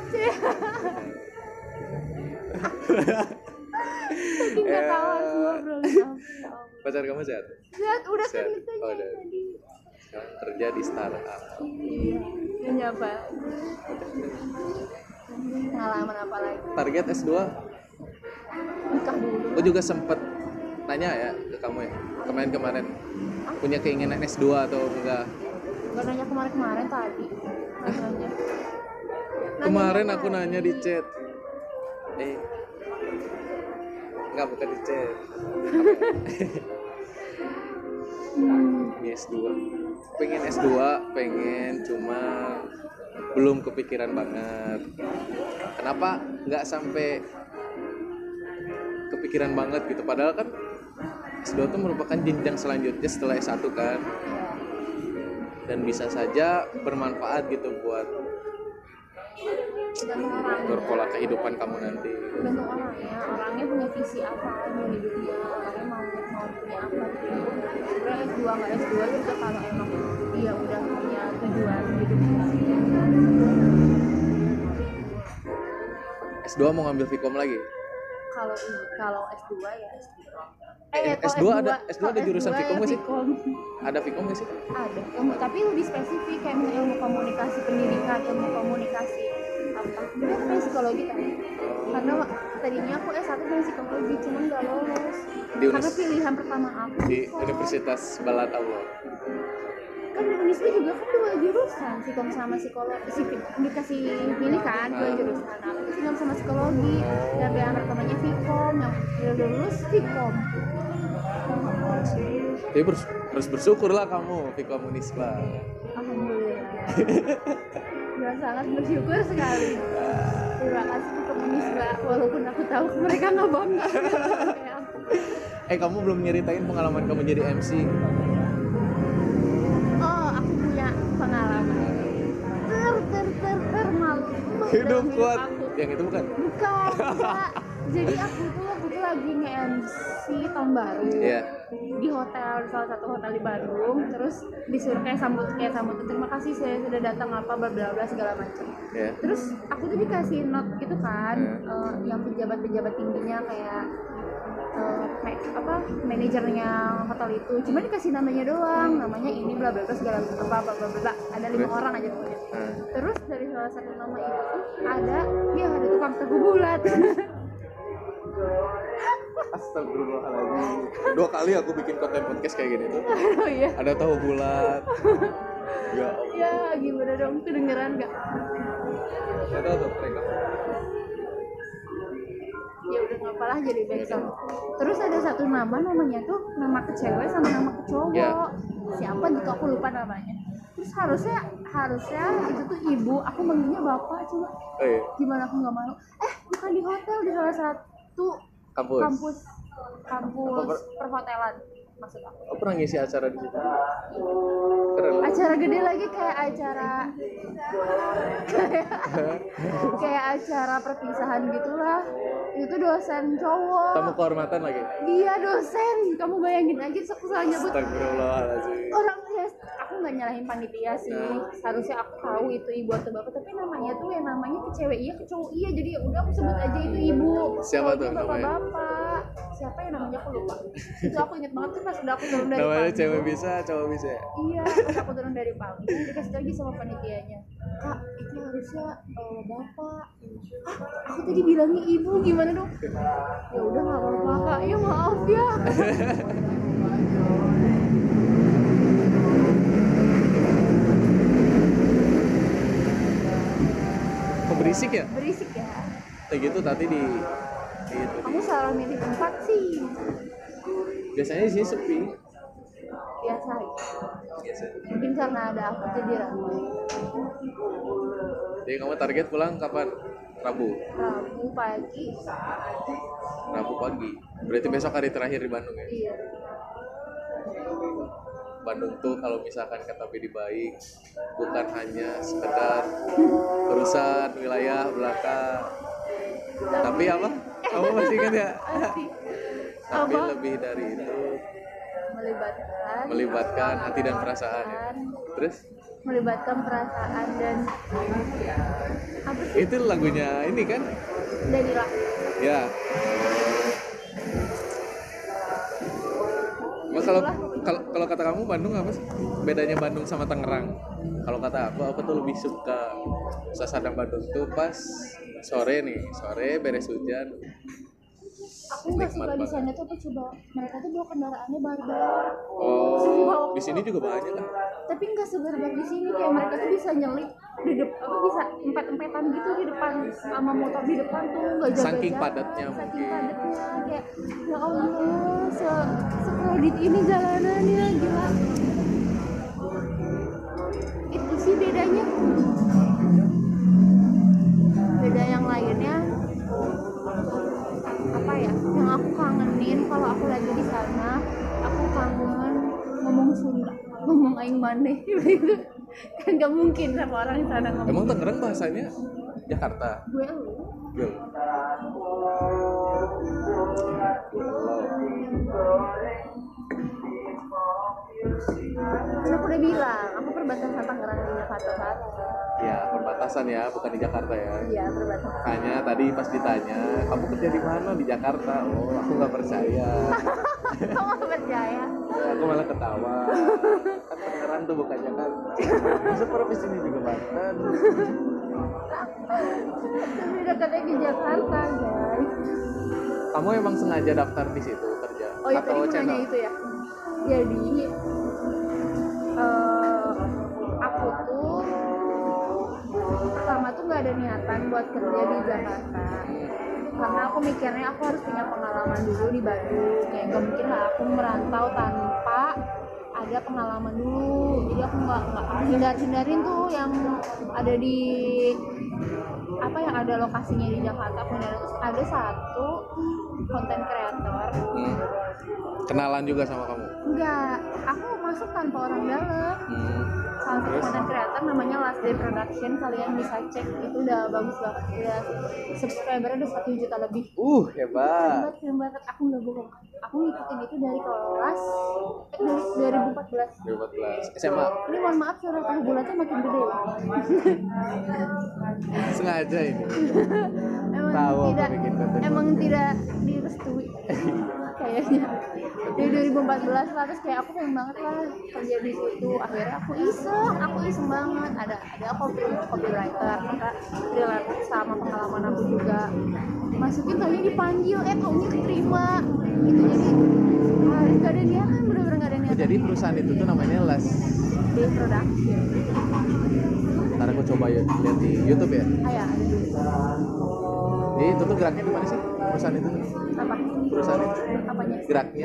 Tadi nggak tahu harus ngobrol apa. Pacar kamu sehat? Sehat, udah sehat. Kan ditanya tadi. Sekarang kerja di startup. Iya, ini apa? Pengalaman apa lagi? Target S2? Nikah dulu. Aku juga sempet nanya ya ke kamu ya, kemarin punya keinginan S2 atau enggak? Gak nanya kemarin tadi. Nanya. Kemarin aku nanya di chat. Enggak, bukan di chat. Ini S2. Pengen S2, cuma belum kepikiran banget. Kenapa nggak sampai kepikiran banget gitu? Padahal kan S2 itu merupakan jenjang selanjutnya setelah S1 kan. Dan bisa saja bermanfaat gitu buat pola kehidupan kamu nanti. Tergantung orangnya punya visi apa mau hidupnya, orangnya mau punya apa gitu. Sebenarnya S2 nggak S2 juga kalau emang dia udah punya tujuan hidupnya. S2 mau ngambil Vkom lagi? Kalau S2 ya S2. S2 ada jurusan Vkom nggak sih? Ada Vkom nggak sih? Ada, tapi lebih spesifik kayak misalnya ilmu komunikasi pendidikan, ilmu komunikasi apa? Udah kayak psikologi kan? Karena tadinya aku S1 dengan psikologi, cuma nggak lolos. Karena pilihan pertama aku di Universitas Balat Allah. Kan di Unisba juga kan 2 jurusan, Vkom sama psikologi. Dikasih pilih kan 2 jurusan. Aku tuh Vkom sama psikologi. Dan pilihan pertamanya Vkom, yang udah lulus Vkom. Tapi harus bersyukurlah kamu Vkom Unisba. Alhamdulillah. Gue sangat bersyukur sekali. Terima kasih Vkom Unisba, walaupun aku tahu mereka nggak bangga. Kamu belum nyeritain pengalaman kamu jadi MC. Oh, aku punya pengalaman termalu. Hidup kuat. Yang itu bukan? Bukan. Jadi aku tuh waktu itu lagi nge-MC tahun baru. Di hotel, salah satu hotel di Bandung. Terus disuruh kayak sambut terima kasih saya sudah datang apa bla bla bla segala macam. Terus aku tuh dikasih note gitu kan, yang pejabat tingginya kayak manajernya hotel itu, cuma dikasih namanya doang, namanya ini bla bla bla segala macam bla bla bla, ada 5 orang aja pokoknya. Terus dari salah satu nama itu ada tukang tahu bulat. Astagfirullahaladzim. 2 kali aku bikin konten podcast kayak gini tuh. Oh iya. Ada tahu bulat. Ya Allah. Ya gimana dong, kedengeran nggak? Ada tuh mereka. Ya udah nggak apalah jadi background. Terus ada satu namanya tuh nama ke cewek sama nama ke cowok. Siapa gitu aku lupa namanya. Terus harusnya itu tuh ibu, aku manggilnya bapak cuma. Gimana aku nggak malu? Bukan di hotel, di salah satu kampus perhotelan. maksud aku. Oh, pernah ngisi acara di situ? Keren. Acara gede lagi kayak kayak acara perpisahan gitulah. Itu dosen cowok. Tamu kehormatan lagi? Dia dosen, kamu bayangin aja aku salah nyebut. Astagfirullahaladzim. Orang ya, aku nggak nyalahin panitia sih. Seharusnya aku tahu itu ibu atau bapak, tapi namanya tuh yang namanya ke cewek iya, ke cowok iya. Jadi ya udah aku sebut aja itu ibu. Siapa tuh namanya? Bapak-bapak. Siapa yang namanya aku lupa. Itu aku inget banget tuh pas udah aku turun dari namanya panggung. Cewek bisa, cowok bisa. Iya, pas aku turun dari panggung dikasih lagi sama panitianya. Kak, itu harusnya bapak. Aku tadi bilangnya ibu, gimana dong? Ya udah nggak apa-apa kak. Ya maaf ya. Kok berisik ya? Berisik ya. Kayak gitu tadi di itu. Kamu salah milih tempat sih. Biasanya di sini sepi. Biasa. Biasa. Mungkin karena ada aku jadi ramai. Jadi kamu target pulang kapan? Rabu. Rabu pagi. Rabu pagi. Berarti besok hari terakhir di Bandung ya? Iya. Bandung tuh kalau misalkan kata Bidi baik, bukan hanya sekedar urusan wilayah belakang. Tapi apa? Kamu masih ingat ya? Tapi Apa? lebih dari itu melibatkan hati dan perasaan ya. Terus? Melibatkan perasaan dan apa sih? Itu lagunya ini kan? Danila. Ya. Mas kalau kata kamu Bandung apa sih? Bedanya Bandung sama Tangerang? Kalau kata aku tuh lebih suka suasana Bandung tuh pas sore beres hujan. Aku nggak suka di sana tuh, aku coba mereka tuh bawa kendaraannya barbar. Oh, di sini juga banyak kan? Tapi nggak sebarbar di sini, kayak mereka tuh bisa nyelip di depan, bisa empet-empetan gitu di depan sama motor di depan tuh nggak jaga jarak. Saking padatnya Kayak ya Allah, sekredit ini jalanannya gila. Itu sih bedanya. Beda yang lainnya apa ya? Yang aku kangenin kalau aku lagi di sana, aku kangen ngomong Sunda, ngomong aing maneh gitu. Kan gak mungkin sama orang di sana ngomong. Emang Tangerang bahasanya Jakarta? Gue lu. Kan aku udah bilang, aku perbatasan Tangerang di Jakarta. Ya, perbatasan ya, bukan di Jakarta ya. Iya, perbatasan. Tanya tadi pas ditanya, kamu kerja di mana? Di Jakarta. Oh, aku nggak percaya. Kamu gak percaya? Aku malah ketawa. Kan Tangerang tuh bukan Jakarta. Masa provinsi ini juga Banten. Tapi dekatnya di Jakarta, guys. Kamu emang sengaja daftar di situ kerja? Oh ya, atau tadi channel? nanya itu ya. Jadi aku tuh pertama tuh nggak ada niatan buat kerja di Jakarta, karena aku mikirnya aku harus punya pengalaman dulu di Bandung. Kayak nggak mungkin lah aku merantau tanpa ada pengalaman dulu. Jadi aku nggak hindarin tuh yang ada di apa yang ada lokasinya di Jakarta. Terus ada satu konten kreator. Kenalan juga sama kamu? Enggak, aku masuk tanpa orang dalam. Salah satu konten kreator namanya Last Day Production, kalian bisa cek, itu udah bagus banget, udah subscribernya udah 1 juta lebih. Hebat. Keren banget, aku nggak bohong. Aku ngikutin itu dari kelas dari 2014. SMA. Ini mohon maaf suara tahu bulatnya makin gede. Sengaja ini. emang tidak direstui kayaknya. Dari 2014 lah, terus kayak aku pengen banget lah kerja di situ. Akhirnya aku iseng banget. Ada copywriter, maka related sama pengalaman aku juga. Masukin taunya dipanggil, taunya keterima. Gitu, jadi gak ada niatan, bener-bener gak ada niatan. Jadi perusahaan itu tuh namanya Last Day Production. Ntar aku coba lihat di YouTube ya. Ya, ada dulu. Jadi itu tuh geraknya gimana sih perusahaan itu? Apa? Perusahaan itu? Apanya? Geraknya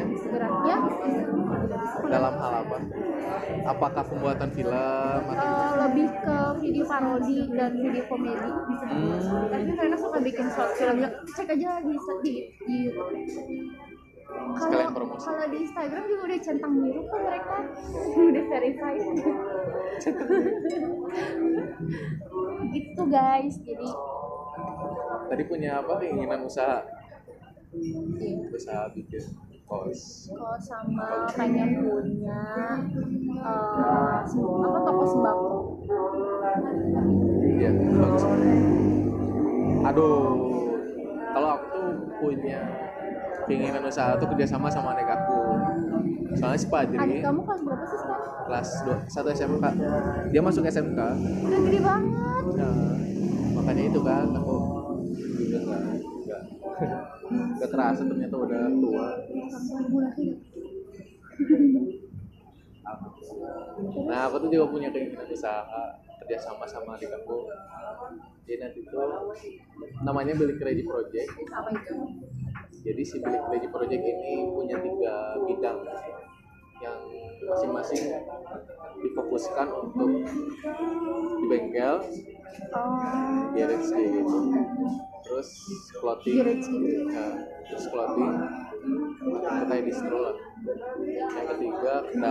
dalam hal apa? Apakah pembuatan film? Lebih ke video parodi dan video komedi. Tapi mereka suka bikin short film. Cek aja di YouTube. sekalian promosi. Kalau di Instagram juga udah centang biru kan mereka udah verified. Gitu guys, jadi tadi punya apa keinginan usaha bikin kos sama pengen punya toko sembako. Iya, bagus. Aduh, kalau aku tuh punya keinginan usaha tuh kerjasama sama adik aku. Soalnya si Fajri. Adik kamu kelas berapa sih sekarang? Kelas 1 SMK. Dia masuk SMK. Udah gede banget. Nah, makanya itu kan aku juga nggak terasa ternyata udah tua. Nah, aku tuh juga punya keinginan usaha kerjasama sama adik aku. Jadi nanti tuh namanya Bilik Ready Project. Apa itu? Jadi si Bilik Ready Project ini punya 3 bidang yang masing-masing difokuskan untuk di bengkel, garage kayak gitu, terus clothing, terus clothing, kedai distro lah. Yang ketiga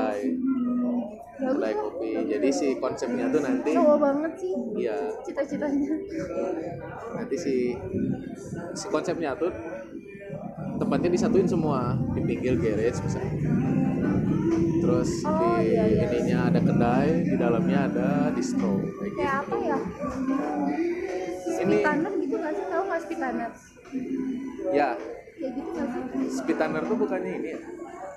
kedai kopi. Jadi si konsepnya tuh nanti cowok banget sih. Iya. Cita-citanya. Nanti si konsepnya tuh tempatnya disatuin semua di pinggir garage misalnya. Terus ininya ada kedai, di dalamnya ada distro kayak apa ya? Spitaner gitu nggak sih? Tahu nggak Spitaner? Ya. Kayak gitu nggak sih? Spitaner tuh bukannya ini ya?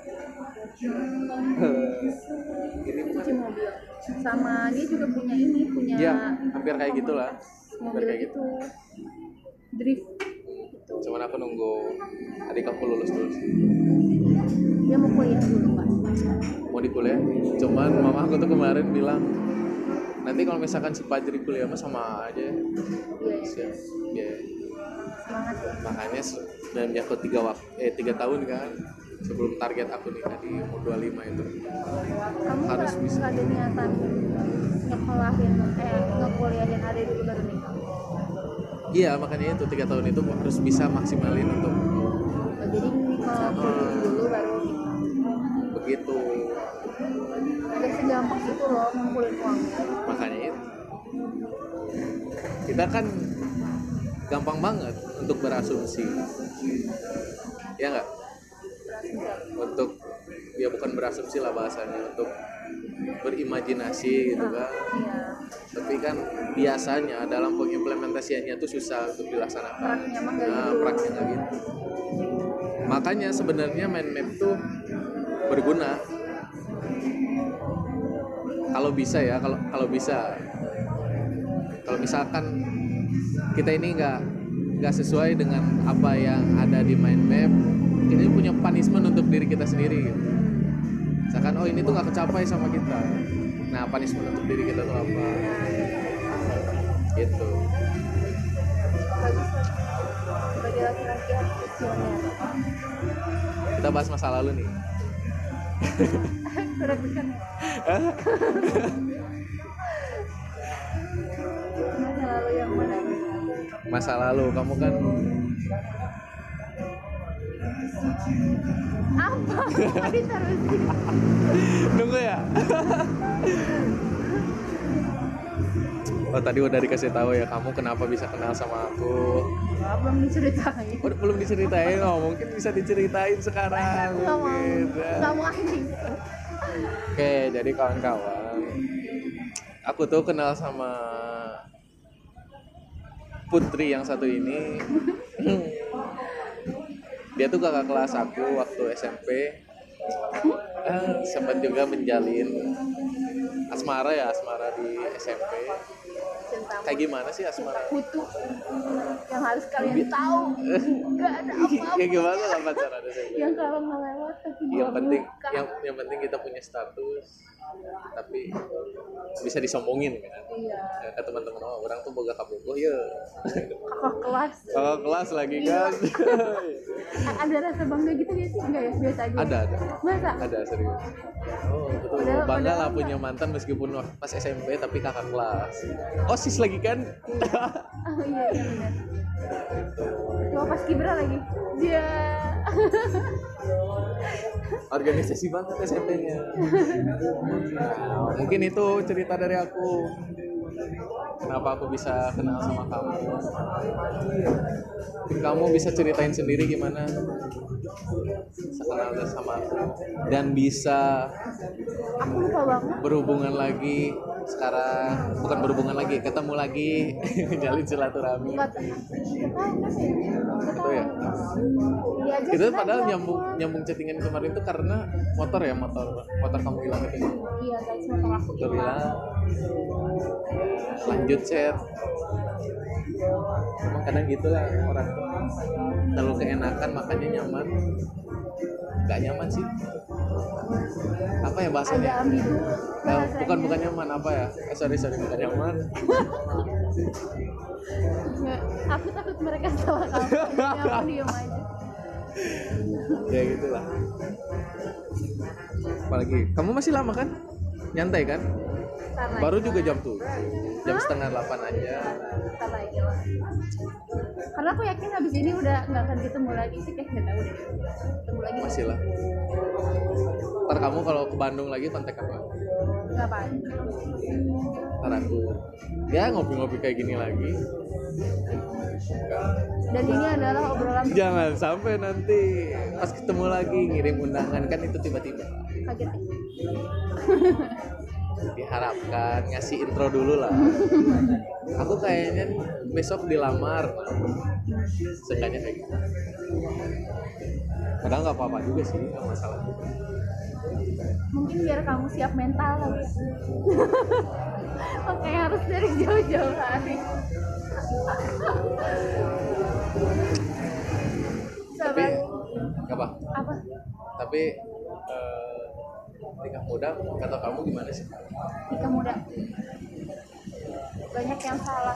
Ini cuci mobil. Sama dia juga punya ya, hampir kayak gitulah. Mobil kayak gitu. Drift. Cuman aku nunggu adik aku lulus dulu. Dia mau kuliah dulu Pak. Mau di kuliah. Cuman mama aku tuh kemarin bilang nanti kalau misalkan si Fajri kuliah mah sama aja. Iya. Semangat ya. Makanya dan jatuh 3 tahun kan sebelum target aku nikah di umur 25 itu. Kamu harus bisa ada niatan ngekuliahin adik dulu baru nikah. Iya, makanya itu 3 tahun itu harus bisa maksimalin untuk jadi kalau kuliah dulu baru nikah. Begitu. Gak segampang itu loh ngumpulin uangnya. Makanya itu kita kan gampang banget untuk berasumsi, ya nggak? Untuk bukan berasumsi lah bahasanya, untuk berimajinasi gitu kan. Iya. Tapi kan biasanya dalam pengimplementasiannya tuh susah untuk dilaksanakan. Praknya nggak gitu. Makanya sebenarnya mind map tuh berguna. Kalau bisa ya, kalau bisa. Kalau misalkan kita ini nggak sesuai dengan apa yang ada di mind map, kita ini punya punishment untuk diri kita sendiri gitu. Misalkan ini tuh nggak kecapai sama kita, nah punishment untuk diri kita tuh apa gitu. Sebagai laki-laki harus visioner. Kita bahas masa lalu nih. Kurang dekat. Masa lalu yang mana? Masa lalu kamu kan apa? Tadi terusin. Nunggu ya. Oh tadi udah dikasih tahu ya kamu kenapa bisa kenal sama aku. Belum diceritain. Belum diceritain. Mungkin bisa diceritain sekarang. Nggak mau anjing. Oke, jadi kawan-kawan, aku tuh kenal sama Putri yang satu ini. Dia tuh kakak kelas aku waktu SMP. Sempat juga menjalin asmara di SMP. Kayak gimana sih asmara? Kutu yang harus kalian tahu. Gak ada apa-apa. Kayak gimana lah pacaran SMP? Yang kalau nggak lewat tapi yang penting kita punya status, tapi bisa disombongin kan? Iya. Ke teman-teman orang tuh boga kabogoh ya. Kakak kelas lagi kan. Ada rasa bangga gitu ya sih? Enggak ya, biasa aja. Ada. Masa? Ada serius. Oh betul. Bangga lah punya mantan meskipun pas SMP tapi kakak kelas. OSIS lagi kan? Oh iya benar. Cuma pas kibra lagi. Dia Organisasi banget SMP-nya. Nah, mungkin itu cerita dari aku. Kenapa aku bisa kenal sama kamu? Mungkin kamu bisa ceritain sendiri gimana bisa kenal sama aku dan bisa Aku lupa banget. berhubungan lagi sekarang, bukan berhubungan lagi, ketemu lagi, jalin silaturahmi. Nggak tahu Itu ya. Dia aja Itu sih padahal aja. nyambung chattingan kemarin itu karena motor kamu hilang itu. Iya guys, motor aku Motor hilang. hilang. Lanjut chat. Emang kadang gitulah orang terlalu keenakan makanya nyaman. Gak nyaman sih. Apa ya bahasanya? Agak ambigu. Bukan nyaman, apa ya? Sorry bukan nyaman. Nggak, aku takut mereka salah kamu. Jadi aku diem aja. Ya gitulah. Apalagi kamu masih lama kan? Nyantai kan? Ntar Baru lagi. juga jam 7. Jam setengah 8 aja. Ntar lagi lah. Karena aku yakin habis ini udah nggak akan ketemu lagi sih, kayak nggak tahu deh. Ketemu lagi Masih lah. Ntar kamu kalau ke Bandung lagi kontak apa? ngapain? Ntar aku ya ngopi-ngopi kayak gini lagi. Enggak. Dan ini adalah obrolan Jangan sampai nanti pas ketemu lagi ngirim undangan kan itu tiba-tiba. kaget. Diharapkan ngasih intro dulu lah. Aku kayaknya besok dilamar. Seenggaknya kayak gitu. Padahal nggak apa-apa juga sih, nggak masalah. Mungkin biar kamu siap mental kali ya. Oke, harus dari jauh-jauh hari. Tapi Sabar. apa? Apa? Tapi nikah muda kata kamu gimana sih? Nikah muda. Banyak yang salah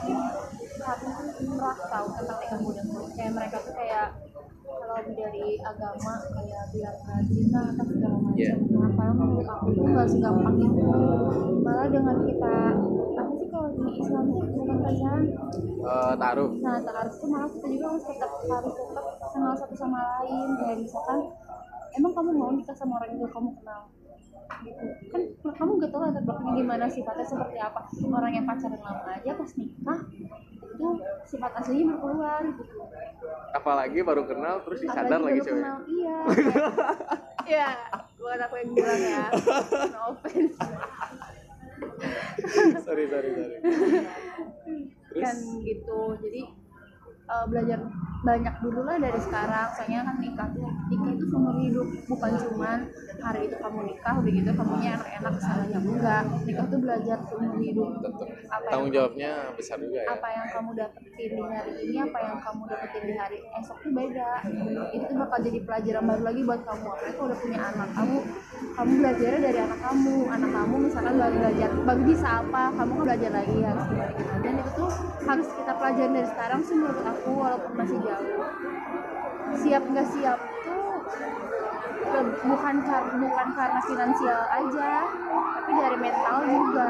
tahu tentang nikah muda. Kayak mereka tuh kayak kalau dari agama kayak bilang zina atau segala macam. Yeah. Nah, kalau menurut aku tuh nggak segampang itu. Malah dengan kita apa sih kalau di Islam tuh bukan pacaran. Taruh. Nah, harus tuh malah kita juga harus tetap kenal satu sama lain. Kayak misalkan, emang kamu mau nikah sama orang yang kamu kenal? Gitu. Kan kamu nggak tahu latar belakangnya gimana, sifatnya seperti apa. Orang yang pacaran lama aja pas nikah itu sifat aslinya baru keluar gitu. Apalagi baru kenal terus disadar lagi baru cewek. kenal, iya. Iya, bukan aku yang bilang ya. No offense. sorry. Kan gitu, jadi belajar banyak dulu lah dari sekarang. Soalnya kan nikah itu seumur hidup, bukan cuman hari itu kamu nikah begitu kamunya enak-enak salahnya, enggak. Nikah tuh belajar seumur hidup. Tentu. Apa Tanggung yang- jawabnya besar juga ya. apa yang kamu dapetin di hari ini, apa yang kamu dapetin di hari esok tuh beda. Itu tuh bakal jadi pelajaran baru lagi buat kamu. Apalagi kalau udah punya anak, kamu belajarnya dari anak kamu misalkan baru bisa apa, kamu kan belajar lagi harus gimana gitu. Dan itu tuh harus kita pelajarin dari sekarang sih menurut aku, walaupun masih jauh. Siap nggak siap tuh bukan karena finansial aja, tapi dari mental juga.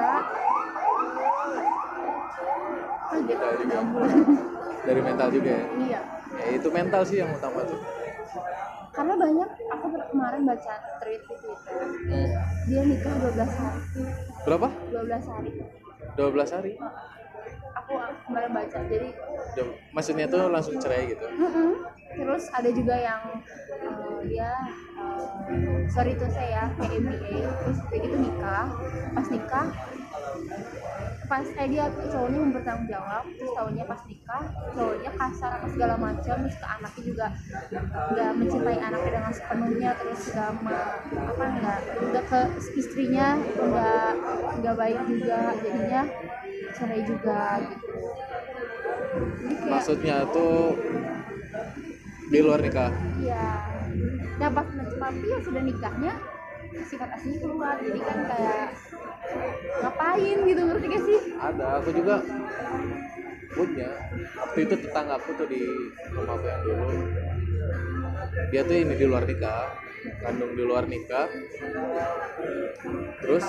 Mental juga. Dari mental juga ya. Iya. Ya itu mental sih yang utama tuh. Karena banyak, aku kemarin baca tweet di Twitter, dia nikah 12 hari. Berapa? 12 hari. 12 hari. Aku kemarin baca, jadi Maksudnya tuh langsung cerai gitu. terus ada juga yang dia sorry tuh saya kayak MBA, terus kayak gitu nikah, dia cowoknya mempertanggung jawab, terus tahunya pas nikah cowoknya kasar apa segala macam, terus ke anaknya juga nggak mencintai anaknya dengan sepenuhnya, terus nggak ke istrinya nggak baik juga, jadinya cerai juga gitu. Jadi kayak, Maksudnya tuh di luar nikah. iya. Nah pas tapi ya sudah nikahnya sifat aslinya keluar, jadi kan kayak ngapain gitu, ngerti gak sih? Ada, aku juga punya. Waktu itu tetanggaku tuh di rumahku yang dulu. Dia tuh ini di luar nikah, kandung di luar nikah. Terus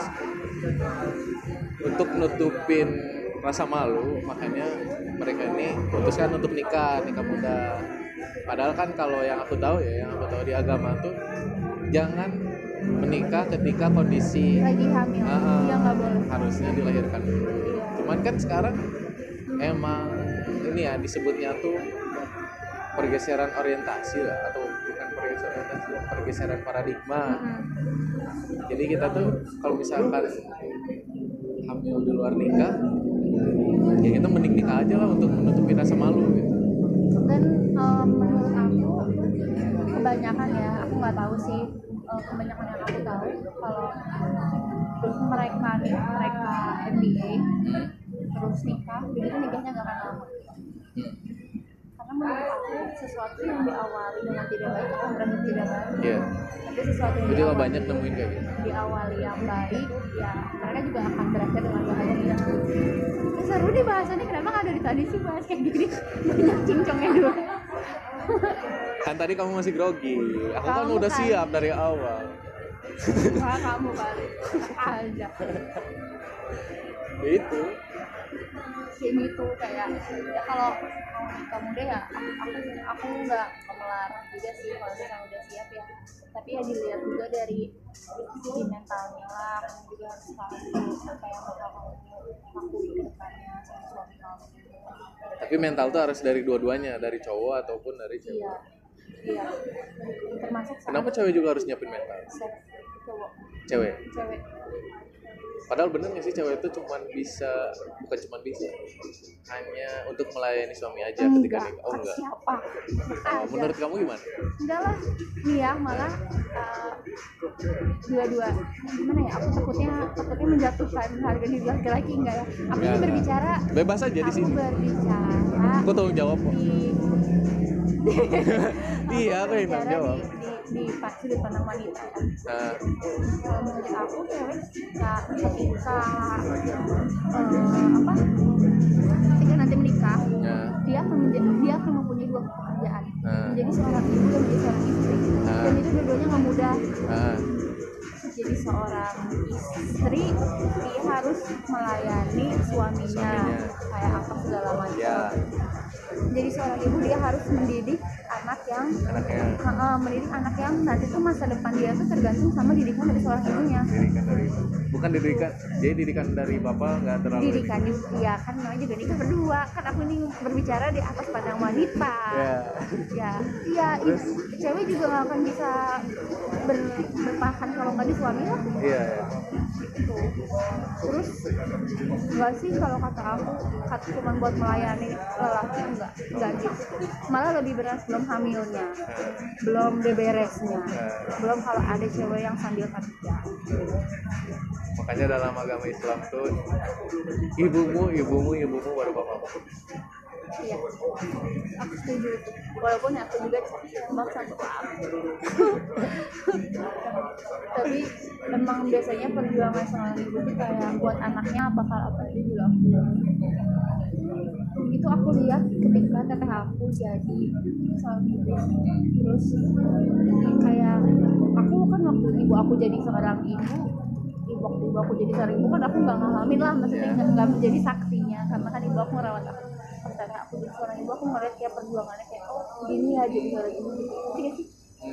untuk nutupin rasa malu, makanya mereka ini putuskan untuk nikah muda. Padahal kan kalau yang aku tahu di agama tuh jangan menikah ketika kondisi lagi hamil. Iya nggak boleh. Harusnya dilahirkan dulu. Cuman kan sekarang emang ini ya disebutnya tuh pergeseran orientasi lah, atau bukan pergeseran orientasi, pergeseran paradigma. Jadi kita tuh kalau misalkan hamil di luar nikah, ya kita mending nikah aja lah untuk menutupi rasa malu gitu. Dan menurut aku kebanyakan ya, aku nggak tahu sih, kebanyakan yang aku tahu kalau mereka MBA terus nikah, begitu nikahnya nggak akan lama. Karena menurut aku sesuatu yang diawali dengan tidak baik akan berakhir tidak baik. Tapi sesuatu yang diawali banyak nemuin kayak gitu. Diawali yang baik, ya mereka juga akan berakhir dengan bahagia. Ini seru nih bahasannya, kenapa nggak dari tadi sih bahas kayak gini? Banyak cincongnya dulu. Kan tadi kamu masih grogi, aku kan udah siap dari awal. Wah, kamu balik aja. Itu kayak gitu, kayak ya kalau kamu deh ya aku nggak melarang juga sih kalau misalnya udah siap ya, tapi ya dilihat juga dari segi mentalnya lah. Kamu juga harus tahu apa yang bakal kamu lakuin ke depannya sama suami kamu. Tapi mental tuh harus dari dua-duanya, dari cowok ataupun dari cewek. Iya termasuk. Kenapa cewek juga harus nyiapin mental? Cewek. Padahal bener nggak sih cewek itu bukan cuma bisa hanya untuk melayani suami aja ketika nikah? Oh enggak. Siapa? Menurut kamu gimana? Enggak lah, nih ya malah dua-dua. Gimana ya? Aku takutnya menjatuhkan harga diri laki-laki, enggak ya? Aku ini berbicara. Bebas aja di sini. Aku berbicara. Aku tanggung jawab kok. Iya, aku yang tanggung jawab. Di sudut pandang wanita ya. Menurut aku cewek ketika nanti menikah, dia akan mempunyai dua pekerjaan, menjadi seorang ibu dan menjadi seorang istri, dan itu dua-duanya nggak mudah. Jadi seorang istri dia harus melayani suaminya. Kayak apa segala macam. Jadi seorang ibu dia harus mendidik mendidik anak yang nanti tuh masa depan dia tuh tergantung sama didikan dari seorang ibunya. Didikan dari bapak nggak terlalu. Didikan ya kan namanya juga nikah berdua, kan aku ini berbicara di atas pandang wanita. Cewek juga nggak akan bisa bertahan kalau nggak di suami lah. Gitu. Terus nggak sih kalau kata aku cuma buat melayani lelaki, enggak gitu, malah lebih berat belum hamilnya, belum beberesnya, belum kalau ada cewek yang sambil kerja. Makanya dalam agama Islam tuh ibumu baru bapakmu. Iya, aku setuju. Walaupun aku juga cembak satu aku. Tapi emang biasanya perjuangan seorang ibu tuh kayak buat anaknya bakal apa aja dilakukan. Itu aku lihat ketika teteh aku jadi seorang ibu. Terus kayak aku kan waktu ibu aku jadi seorang ibu, waktu ibu aku jadi seorang ibu kan aku nggak ngalamin lah, maksudnya nggak menjadi saksinya karena kan ibu aku merawat aku. Karena aku jadi seorang ibu, aku ngeliat kayak perjuangannya kayak gini ya jadi seorang ibu gitu. Iya sih.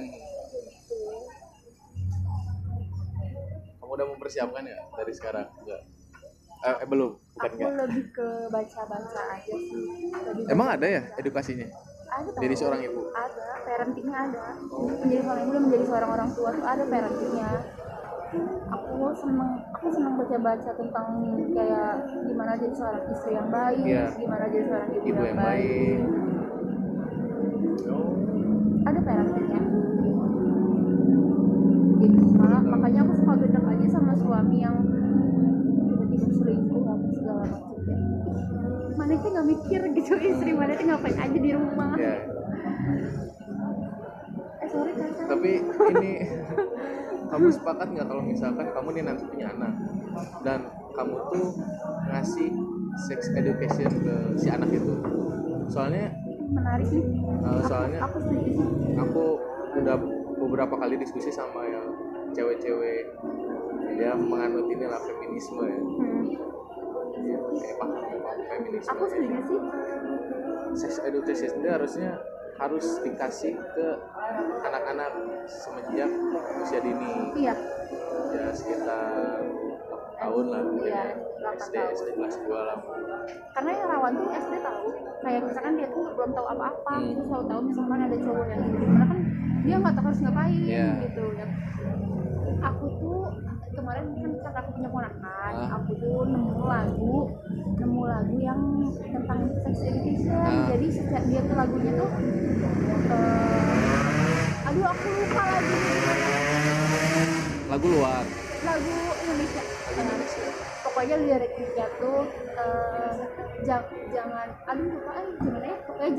Kamu udah mempersiapkan ya dari sekarang? Enggak. Belum, bukan aku enggak. Lebih ke baca-baca aja sih. Emang ada ya edukasinya? Ada. Jadi seorang ibu? Ada, parentingnya ada. Menjadi seorang ibu dan menjadi seorang orang tua tuh ada parentingnya. Aku senang baca-baca tentang kayak gimana jadi seorang istri yang baik, gimana jadi seorang ibu yang baik. Ada parentingnya. Gitu. Makanya aku suka gedek aja sama suami yang tiba-tiba selingkuh apa segala macam ya. Mana sih nggak mikir gitu, istri mana sih ngapain aja di rumah. Sorry kasar. Tapi ini kamu sepakat nggak kalau misalkan kamu nih nanti punya anak dan kamu tuh ngasih sex education ke si anak itu? Soalnya menarik nih. Soalnya aku udah beberapa kali diskusi sama yang cewek-cewek dia menganut inilah feminisme ya. Paham feminisme. Aku setuju sih. Sex education itu harusnya harus dikasih ke anak-anak semenjak usia dini. Iya. Ya sekitar tahun lah mungkin. Iya, SD kelas 2 lah. Karena yang rawan tuh SD tahu. Kayak misalkan dia tuh belum tahu apa-apa, terus tahu misalkan ada cowok yang gimana kan dia nggak tahu harus ngapain gitu ya. Aku tuh kemarin kan karena aku punya ponakan, aku tuh nemu lagu yang tentang sex education. Jadi setiap dia tuh lagunya tuh aduh aku lupa lagi lagu luar, lagu Indonesia. Pokoknya liriknya tuh jangan aduh lupa gimana ya, pokoknya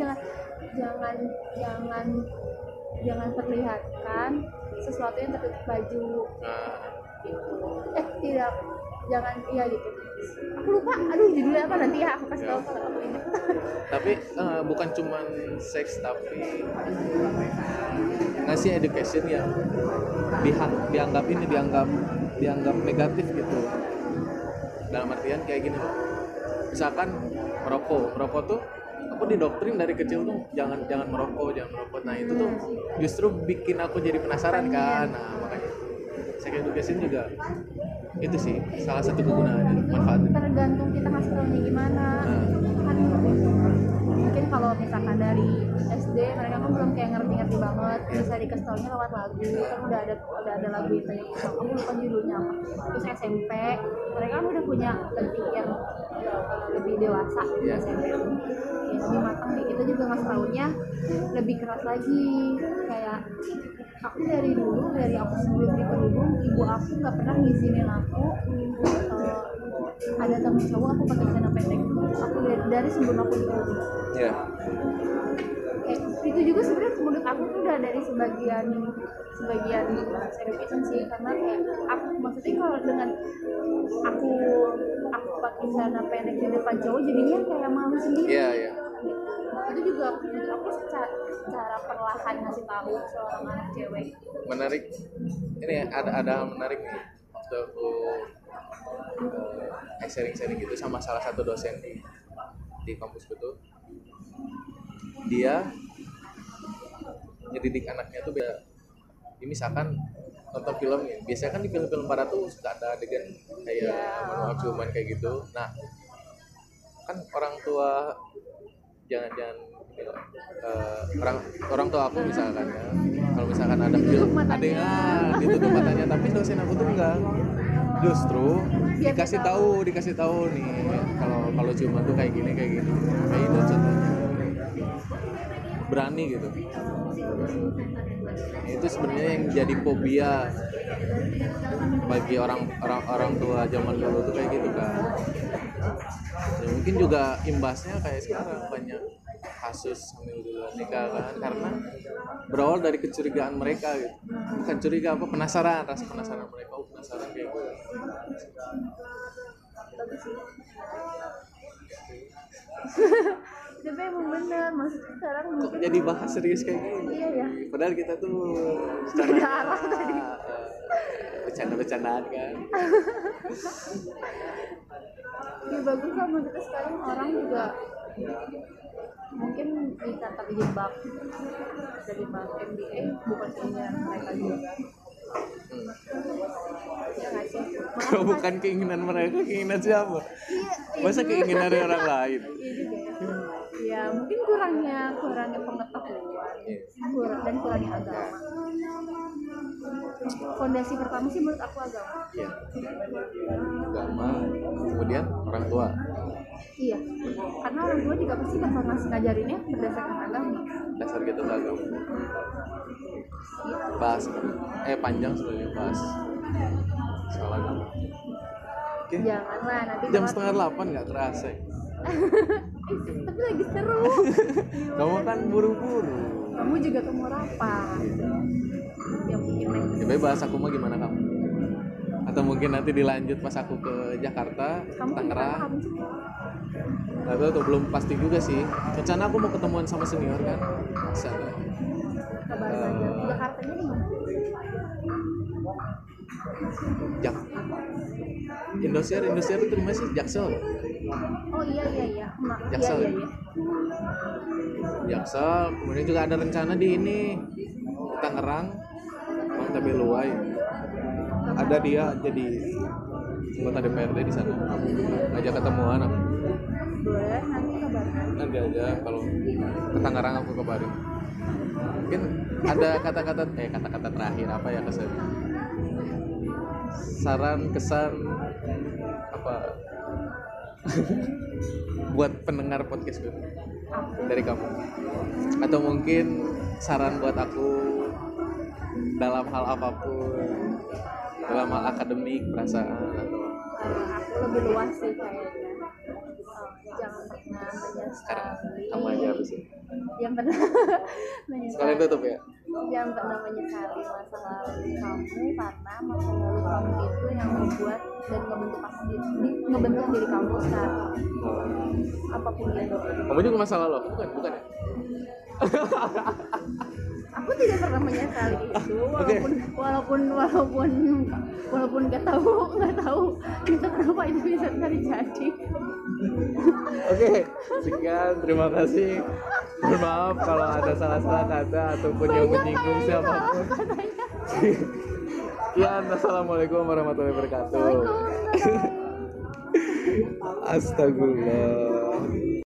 jangan perlihatkan sesuatu yang tertutup baju gitu. Tidak, jangan iya gitu. Aku lupa, aduh judulnya apa, nanti ya aku kasih tahu kalau aku ingat. Tapi bukan cuman seks, tapi ngasih education yang dianggap negatif gitu. Dalam artian kayak gini loh. Misalkan merokok tuh aku didoktrin dari kecil tuh jangan merokok. Nah itu tuh justru bikin aku jadi penasaran kan. Nah makanya sex education juga itu sih salah satu kegunaannya, manfaatnya. Tergantung kita ngasih taunya gimana. Kan mungkin kalau misalkan dari SD mereka kan belum kayak ngerti banget, bisa dikasih taunya lewat lagu. Kan udah ada lagu itu yang aku lupa judulnya apa. Terus SMP mereka kan udah punya lebih yang lebih dewasa SMP itu lebih matang nih. Kita juga ngasih taunya lebih keras lagi. Kayak aku dari aku sebelum dikerudung, ibu aku nggak pernah ngizinin aku ada temen cowok aku pakai celana pendek. Aku dari sebelum aku dikerudung. Itu juga sebenarnya menurut aku tuh udah dari sebagian education sih, karena kayak aku maksudnya kalau dengan aku pakai celana pendek di depan cowok jadinya kayak malu sendiri. Itu juga menurut aku cara perlahan ngasih tahu seorang anak cewek. Menarik. Ini ada hal menarik nih. Waktu aku sharing gitu sama salah satu dosen di kampusku tuh, dia ngedidik anaknya tuh beda. Ini misalkan nonton film ya, biasanya kan di film-film barat tuh suka ada adegan kayak manual ciuman kayak gitu. Nah kan orang tua jangan orang tua aku misalkan ya, kalau misalkan ada film adegan ditutup matanya, tapi dosen aku tuh enggak, justru dikasih tahu nih kalau ciuman tuh kayak gini kayak dosen berani gitu. Itu sebenarnya yang jadi fobia bagi orang tua zaman dulu tuh kayak gitu kan. Ya, mungkin juga imbasnya kayak sekarang banyak kasus hamil duluan nikah kan, karena berawal dari kecurigaan mereka gitu. Bukan curiga apa, rasa penasaran mereka, penasaran kayak gitu. Tapi emang bener, maksudnya sekarang kok mungkin jadi bahas serius kayak gini. Iya. Padahal kita tuh bercandaan kan. Ya bagus lah, maksudnya sekarang orang juga mungkin bisa terjebak dari MBA bukan keinginan mereka juga. Ya nggak sih? Kalau bukan keinginan mereka, keinginan siapa? Masa keinginan dari orang lain? Iya juga ya. Ya mungkin kurangnya pengetahuan dan kurangnya agama. Fondasi pertama sih menurut aku agama. Iya. Agama, kemudian orang tua. Iya, karena orang tua juga pasti bakal ngajarinnya berdasarkan agama. Dasar gitu agama. Bahas panjang sebenarnya bahas soal agama. Oke. Janganlah nanti jam 7:30 nggak terasa. Tapi lagi seru. Kamu kan buru-buru. Kamu juga mau rapat. Ya mungkin next. Ya bahas aku mah gimana kamu? Atau mungkin nanti dilanjut pas aku ke Jakarta, Tangerang. Atau belum pasti juga sih. Rencana aku mau ketemuan sama senior kan. Sana. Kabar saja. Jakartanya di mana? Indosiar itu di mana sih? Jaksel. Oh iya. Jaksel. Iya. Jaksel. Kemudian juga ada rencana di Tangerang, Bang Tabe Luai. Ada dia jadi anggota DPRD di sana. Ngajak ketemuan aku. Boleh, nanti kabarin. Nanti aja kalau ke Tangerang aku kabarin. Mungkin ada kata-kata terakhir apa ya kesan? Saran kesan apa buat pendengar podcast gue dari kamu? Atau mungkin saran buat aku dalam hal apapun, dalam hal akademik, perasaan atau aku lebih luas sih kayaknya. Jangan pernah menyesali. Kamu aja habis ini. Jangan pernah menyesali. Sekalian tutup ya. Jangan pernah menyesali masa lalu kamu, karena masa lalu kamu itu yang membuat dan ngebentuk diri kamu sekarang. Apapun itu. Kamu juga masa lalu, bukan ya? Aku tidak pernah menyesali itu, walaupun nggak tahu itu kenapa itu bisa terjadi. Oke, sekian, terima kasih. Mohon maaf kalau ada salah-salah kata ataupun yang menyinggung siapapun. Sekian, assalamualaikum warahmatullahi wabarakatuh. Astagfirullah.